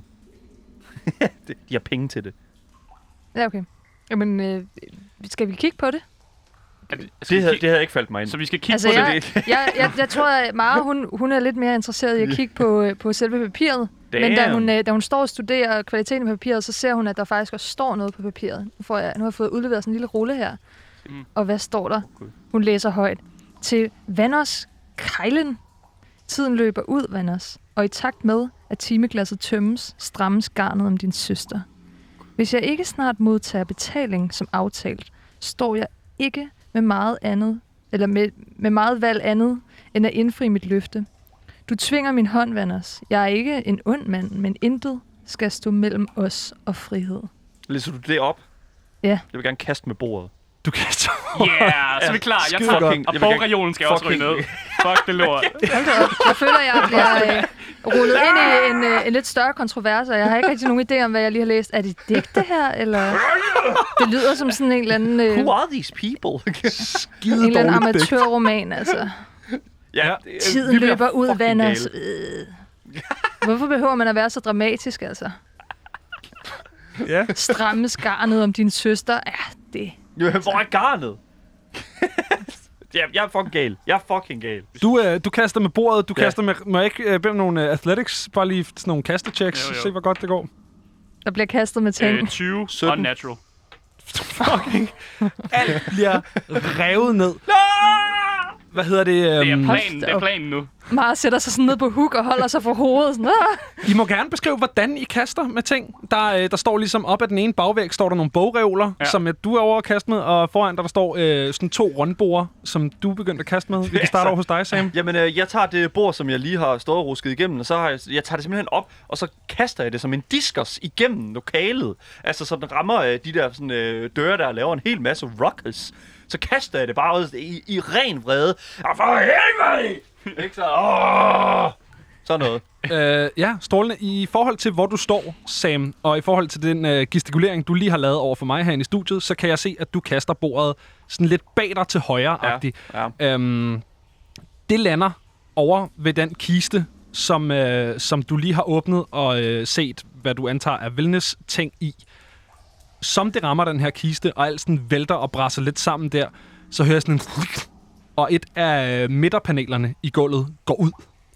de har penge til det. Ja, okay. Jamen, øh, skal vi kigge på det? Er det, Det skal vi havde, kigge- det havde jeg ikke faldt mig ind. Så vi skal kigge Altså, på jeg, det. jeg, jeg, jeg tror, at Mara, hun, hun er lidt mere interesseret i at kigge på, øh, på selve papiret. Men da Damn. hun, øh, da hun står og studerer kvaliteten af papiret, så ser hun, at der faktisk også står noget på papiret. Nu, får jeg, nu har jeg fået udleveret sådan en lille rulle her. Mm. Og hvad står der? Gud. Hun læser højt. Til Vanders Kejlen. Tiden løber ud, Vanders. Og i takt med, at timeglasset tømmes, strammes garnet om din søster. Hvis jeg ikke snart modtager betaling som aftalt, står jeg ikke med meget andet, eller med, med meget valg andet, end at indfri mit løfte. Du tvinger min hånd, Vanders. Jeg er ikke en ond mand, men intet skal stå mellem os og frihed. Læser du det op? Ja. Jeg vil gerne kaste med bordet. Du kan så... Yeah, så er vi klar. Jeg Skide tager godt. og Jeg vil gerne- bogreolen skal også ryge fucking- ned. Fuck det lort. Hold da op. Jeg føler, jeg bliver øh, rullet ind i en, øh, en lidt større kontrovers, og jeg har ikke rigtig nogen idé om, hvad jeg lige har læst. Er det digte her, eller... Det lyder som sådan en eller anden, øh, Who are these people? Skide en eller anden dårligt dæk. amatørroman, altså. ja, Tiden vi bliver løber ud, fucking Vanders. gale. Øh. Hvorfor behøver man at være så dramatisk, altså? Ja. Stramme garnet om din søster. Ja, det... Jo, hvor er garnet? ja, jeg er fucking gal. Jeg er fucking gal. Du, øh, du kaster med bordet, du Ja. ja. kaster med... Må jeg ikke øh, bede om nogle øh, athletics? Bare lige sådan nogle kastechecks, Jo, jo. se hvor godt det går. Der bliver kastet med ting. Øh, tyve sytten. unnatural. Fucking alt bliver revet ned. Hvad hedder det? Det er øhm, planen, det er op. planen nu. Mara sætter sig sådan ned på hook og holder sig for hovedet. Sådan, ah! I må gerne beskrive, hvordan I kaster med ting. Der, øh, der står ligesom op ad den ene bagvæg, står der nogle bogreoler, ja. som øh, du er over at kaste med, og foran der, der står øh, sådan to rundborer, som du er begyndt at kaste med. Vi kan starte over hos dig, Sam. Jamen, øh, jeg tager det bord, som jeg lige har stået og rusket igennem, og så har jeg, jeg tager det simpelthen op, og så kaster jeg det som en diskus igennem lokalet. Altså, så den rammer øh, de der sådan, øh, døre, der laver en hel masse ruckus. Så kaster jeg det bare ud i, i ren vrede. Og for helvede! Ikke så? Åh! Sådan noget. øh, ja, strålende. I forhold til, hvor du står, Sam, og i forhold til den øh, gestikulering, du lige har lavet over for mig herinde i studiet, så kan jeg se, at du kaster bordet sådan lidt bag dig til højre-agtigt. Ja, ja. Øhm, det lander over ved den kiste, som, øh, som du lige har åbnet og øh, set, hvad du antager er wellness-ting i. Som det rammer den her kiste, og alt sådan vælter og brasser lidt sammen der, så hører jeg sådan en... Og et af midterpanelerne i gulvet går ud.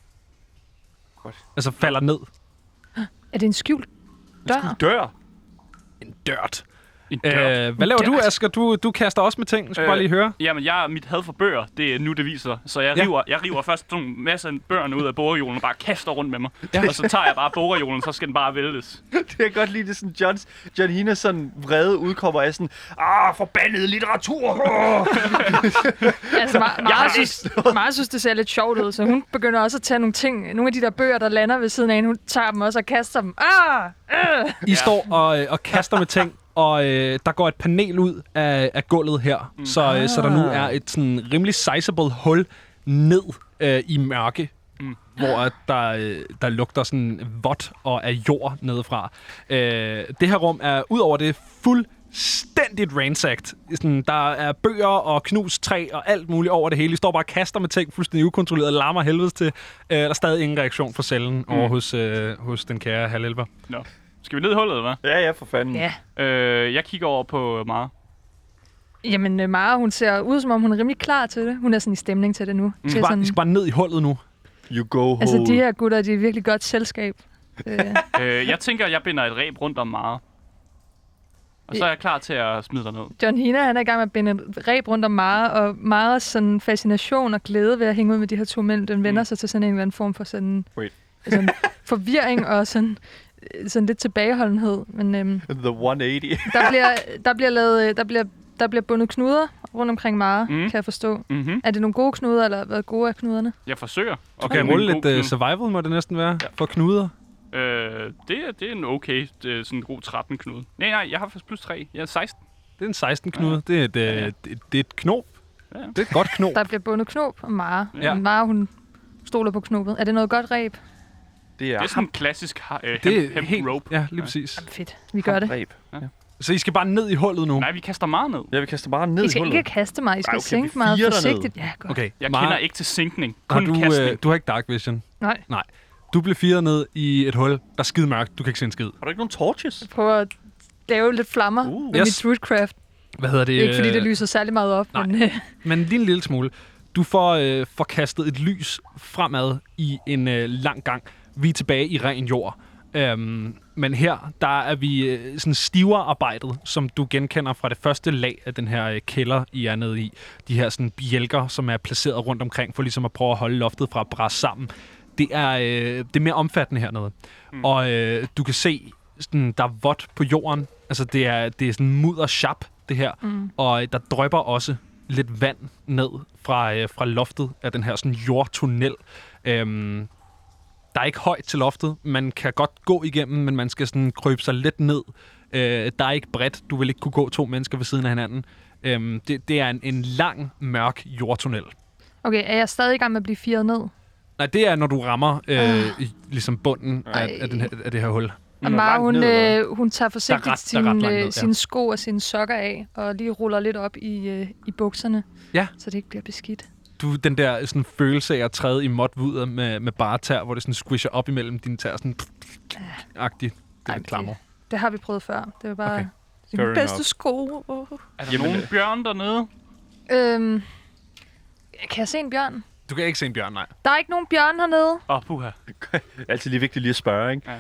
Godt. Altså falder ned. Er det en skjult dør? Dør? En dørt. En dør. Øh, hvad laver du, Dørt. Asger? Du, du kaster også med ting. Jeg skal øh, bare lige høre. Jamen, jeg, mit had for bøger, det er nu, det viser. Så jeg Ja. river, jeg river først sådan en masse af bøgerne ud af bogreolen og bare kaster rundt med mig. Ja. Og så tager jeg bare bogreolen, så skal den bare væltes. Det kan jeg godt lide, det er sådan, Johns, John Hinas sådan vrede udkommer af sådan, ah, forbandet litteratur! Altså, Mar- Mara, synes, Mara synes, det ser lidt sjovt ud, så hun begynder også at tage nogle ting, nogle af de der bøger, der lander ved siden af hende, hun tager dem også og kaster dem. Ah! Øh! I står og, øh, og kaster med ting, og øh, der går et panel ud af, af gulvet her, mm. så, øh, så der nu er et sådan rimelig sizable hul ned øh, i mørke, mm. hvor at der, øh, der lugter sådan vådt og af jord nedefra. Øh, det her rum er ud over det fuldstændigt ransacked. Sådan, der er bøger og knust træ og alt muligt over det hele. I står bare og kaster med ting fuldstændig ukontrolleret og larmer helvedes til. Øh, der er stadig ingen reaktion fra cellen mm. over hos, øh, hos den kære halvelver. Nå. Skal vi ned i hullet, hva'? Ja, ja, for fanden. Ja. Øh, jeg kigger over på Mara. Jamen, øh, Mara, hun ser ud, som om hun er rimelig klar til det. Hun er sådan i stemning til det nu. I Ser skal, bare, sådan, I skal bare ned i hullet nu. You go home. altså, de her gutter, de er virkelig godt selskab. øh, øh, jeg tænker, jeg binder et reb rundt om Mara. Og så er jeg klar til at smide dig ned. John Hina, han er i gang med at binde et reb rundt om Mara, og Maras sådan fascination og glæde ved at hænge ud med de her to mænd, den vender mm. sig til sådan en eller anden form for sådan, sådan forvirring og sådan, sådan lidt tilbageholdenhed. Men øhm, The et hundrede og otte. der bliver, der bliver lavet, der bliver, der bliver bundet knuder rundt omkring Mara, Mm. kan jeg forstå. Mm-hmm. Er det nogle gode knuder, eller hvad gode er knuderne? Jeg forsøger. Du kan finde rulle en lidt god uh, knude. survival, må det næsten være, Ja. for knuder. Øh, det, er, det er en okay, det er sådan en god tretten knude. Nej, nej, jeg har faktisk plus tre. Jeg er seksten. Det er en seksten knude. Ja. Det, er et, Ja, ja. uh, det, det er et knop. Ja. Det er et godt knop. Der bliver bundet knop om Mara. Ja. Ja. Mara, hun stoler på knopet. Er det noget godt reb? Det Det er er sådan en klassisk ha- øh, Det hemp, er hemp helt, rope. ja, lige præcis. Fedt. Vi gør det. Reb. Så I skal bare ned i hullet nu. Nej, vi kaster meget ned. Jeg vil kaste bare ned I i skal hullet. ikke kaste mig. I skal Ej, okay, sænke vi meget firer derned. forsigtigt. Ja, godt. Okay, Jeg Mara, kender ikke til sænkning. har Kun du, kastning. øh, du har ikke dark vision. Nej. Nej. Du bliver firet ned i et hul, der er skide mørkt. Du kan ikke se en skid. Har du ikke nogen torches? Prøver at lave lidt flammer Uh. med Yes. mit Rootcraft. Hvad hedder det? Ikke fordi øh, det lyser særlig meget op, nej. men øh, Men lige en lille smule. Du får, øh, får kastet et lys fremad i en øh, lang gang. Vi er tilbage i ren jord. Øhm, men her, der er vi øh, sådan stiverarbejdet, som du genkender fra det første lag af den her øh, kælder, I er nede i. De her sådan bjælker, som er placeret rundt omkring, for ligesom at prøve at holde loftet fra at bræse sammen. Det er, øh, det er mere omfattende hernede. Mm. Og øh, du kan se, sådan, der er vådt på jorden. Altså, det er, det er sådan mudder sharp, det her. mm. Og øh, der drypper også lidt vand ned fra, øh, fra loftet af den her sådan jordtunnel. Øhm, der er ikke højt til loftet. Man kan godt gå igennem, men man skal sådan krybe sig lidt ned. Øh, der er ikke bredt. Du vil ikke kunne gå to mennesker ved siden af hinanden. Øhm, det, det er en, en lang, mørk jordtunnel. Okay, er jeg stadig i gang med at blive firet ned? Nej, det er, når du rammer øh, Ah. i, ligesom bunden af, Ej. af, den her, af det her hul. Og hvor Mara, langt hun, ned, eller øh, hun tager forsigtigt Der er ret- der er ret sine, langt ned, øh, ja. sine sko og sine sokker af, og lige ruller lidt op i, øh, i bukserne, Ja. så det ikke bliver beskidt. Du, den der sådan, følelse af at træde i modvuder med, med bare tær, hvor det sådan squisher op imellem dine tær, sådan agtigt. Det er Ej, lidt klammer. Det har vi prøvet før. Det var bare Okay. de Fair bedste enough. sko. Oh. Er der Jamen, nogen øh. bjørn dernede? Øhm, kan jeg se en bjørn? Du kan ikke se en bjørn, nej. Der er ikke nogen bjørn hernede. Åh, oh, puha. Altid lige vigtigt lige at spørge, ikke?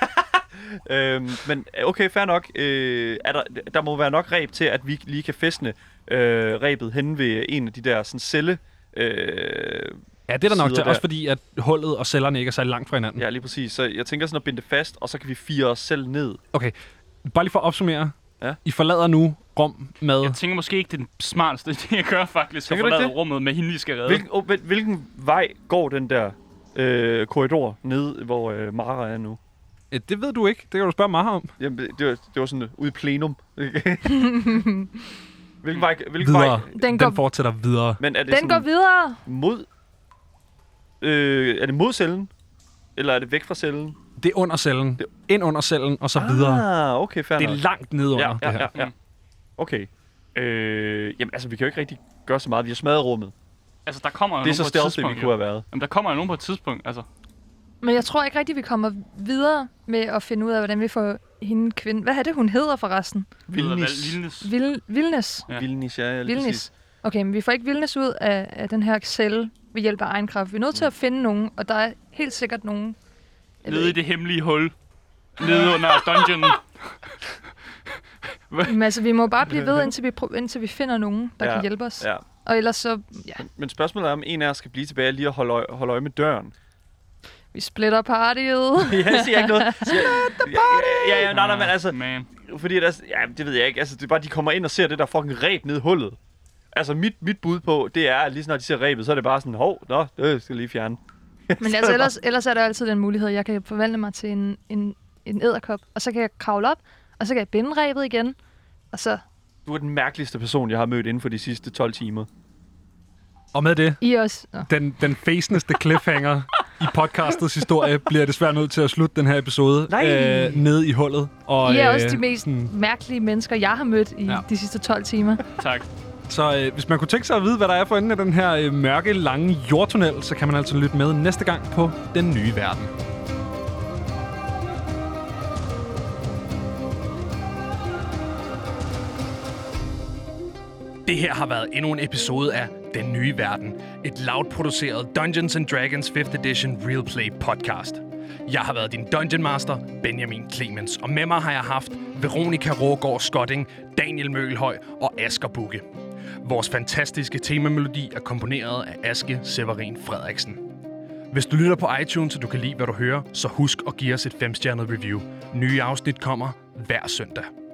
Ja. øhm, men okay, fair nok. Øh, er der, der må være nok reb til, at vi lige kan fæstne øh, rebet hen ved en af de der sådan celle... Øh, Ja, det er der nok sider til. der. Også fordi, at hullet og cellerne ikke er særlig langt fra hinanden. Ja, lige præcis. Så jeg tænker sådan at binde det fast, og så kan vi fire os selv ned. Okay, bare lige for at opsummere. Ja. I forlader nu rum med... Jeg tænker måske ikke, det er den smarteste ting at gøre, faktisk. Tænker At du ikke forlade det? rummet med hende, vi skal redde. Hvilken, oh, hvil- hvilken vej går den der øh, korridor ned, hvor øh, Mara er nu? Ja, det ved du ikke. Det kan du spørge Maha om. Jamen, det var, det var sådan uh, ude i plenum. hvilken vej? Hvilken Videre. vej? Den Den, går- den fortsætter videre. Men er det Den sådan går videre. mod... Øh, er det mod cellen? Eller er det væk fra cellen? Det er under cellen. Det- Ind under cellen, og så videre. Ah, okay, fair Det er nok. langt ned under ja, det ja, her. ja, ja. Okay. Øh, jamen, altså, vi kan jo ikke rigtig gøre så meget. Vi har smadret rummet. Altså, der kommer jo Det er nogen så på et stealthy, vi tidspunkt. kunne jo. have været. Jamen, der kommer jo nogen på et tidspunkt, altså. Men jeg tror ikke rigtigt, vi kommer videre med at finde ud af, hvordan vi får hende kvinde... Hvad er det, hun hedder forresten? Vilnis. Vilnis. Vil, Vilnes. Ja. Vilnis, ja, ja, lige Vilnis. præcis. Okay, men vi får ikke Vilnes ud af, af den her celle ved hjælp af egen kraft. Vi er nødt til at finde nogen, og der er helt sikkert nogen... Jeg ved Nede i ikke. det hemmelige hul. Nede under dungeonen. Men altså, vi må bare blive ved, indtil vi, prø- indtil vi finder nogen, der Ja, kan hjælpe os. Ja. Og ellers så... Ja, Men, men spørgsmålet er, om en af os skal blive tilbage lige og holde øje, holde øje med døren. vi splitter partiet. Jeg siger ikke noget. Siger, ja, ja, ja, nej, nej, men altså... Man. Fordi at, altså, ja, det ved jeg ikke. Altså, det er bare, de kommer ind og ser det der fucking ræb ned i hullet. Altså, mit, mit bud på, det er, at lige snart de ser ræbet, så er det bare sådan, hov, nå, det skal jeg lige fjerne. Men altså, ellers, ellers er der altid den mulighed, at jeg kan forvandle mig til en, en, en edderkop, og så kan jeg kravle op, og så kan jeg binde ræbet igen, og så Du er den mærkeligste person, jeg har mødt inden for de sidste tolv timer. Og med det, I også... Nå. den, den fæsendeste cliffhanger i podcastets historie, bliver desværre nødt til at slutte den her episode øh, nede i hullet. Og, I er også øh, de mest sådan- mærkelige mennesker, jeg har mødt i Ja. de sidste tolv timer. Tak. Så øh, hvis man kunne tænke sig at vide, hvad der er for enden af den her øh, mørke, lange jordtunnel, så kan man altså lytte med næste gang på Den Nye Verden. Det her har været endnu en episode af Den Nye Verden, et loud-produceret Dungeons and Dragons fifth Edition Real Play podcast. Jeg har været din Dungeon Master, Benjamin Clemens, og med mig har jeg haft Veronica Rågaard Skotting, Daniel Møgelhøj og Asger Bugge. Vores fantastiske temamelodi er komponeret af Aske Severin Frederiksen. Hvis du lytter på iTunes, og du kan lide, hvad du hører, så husk at give os et femstjernet review. Nye afsnit kommer hver søndag.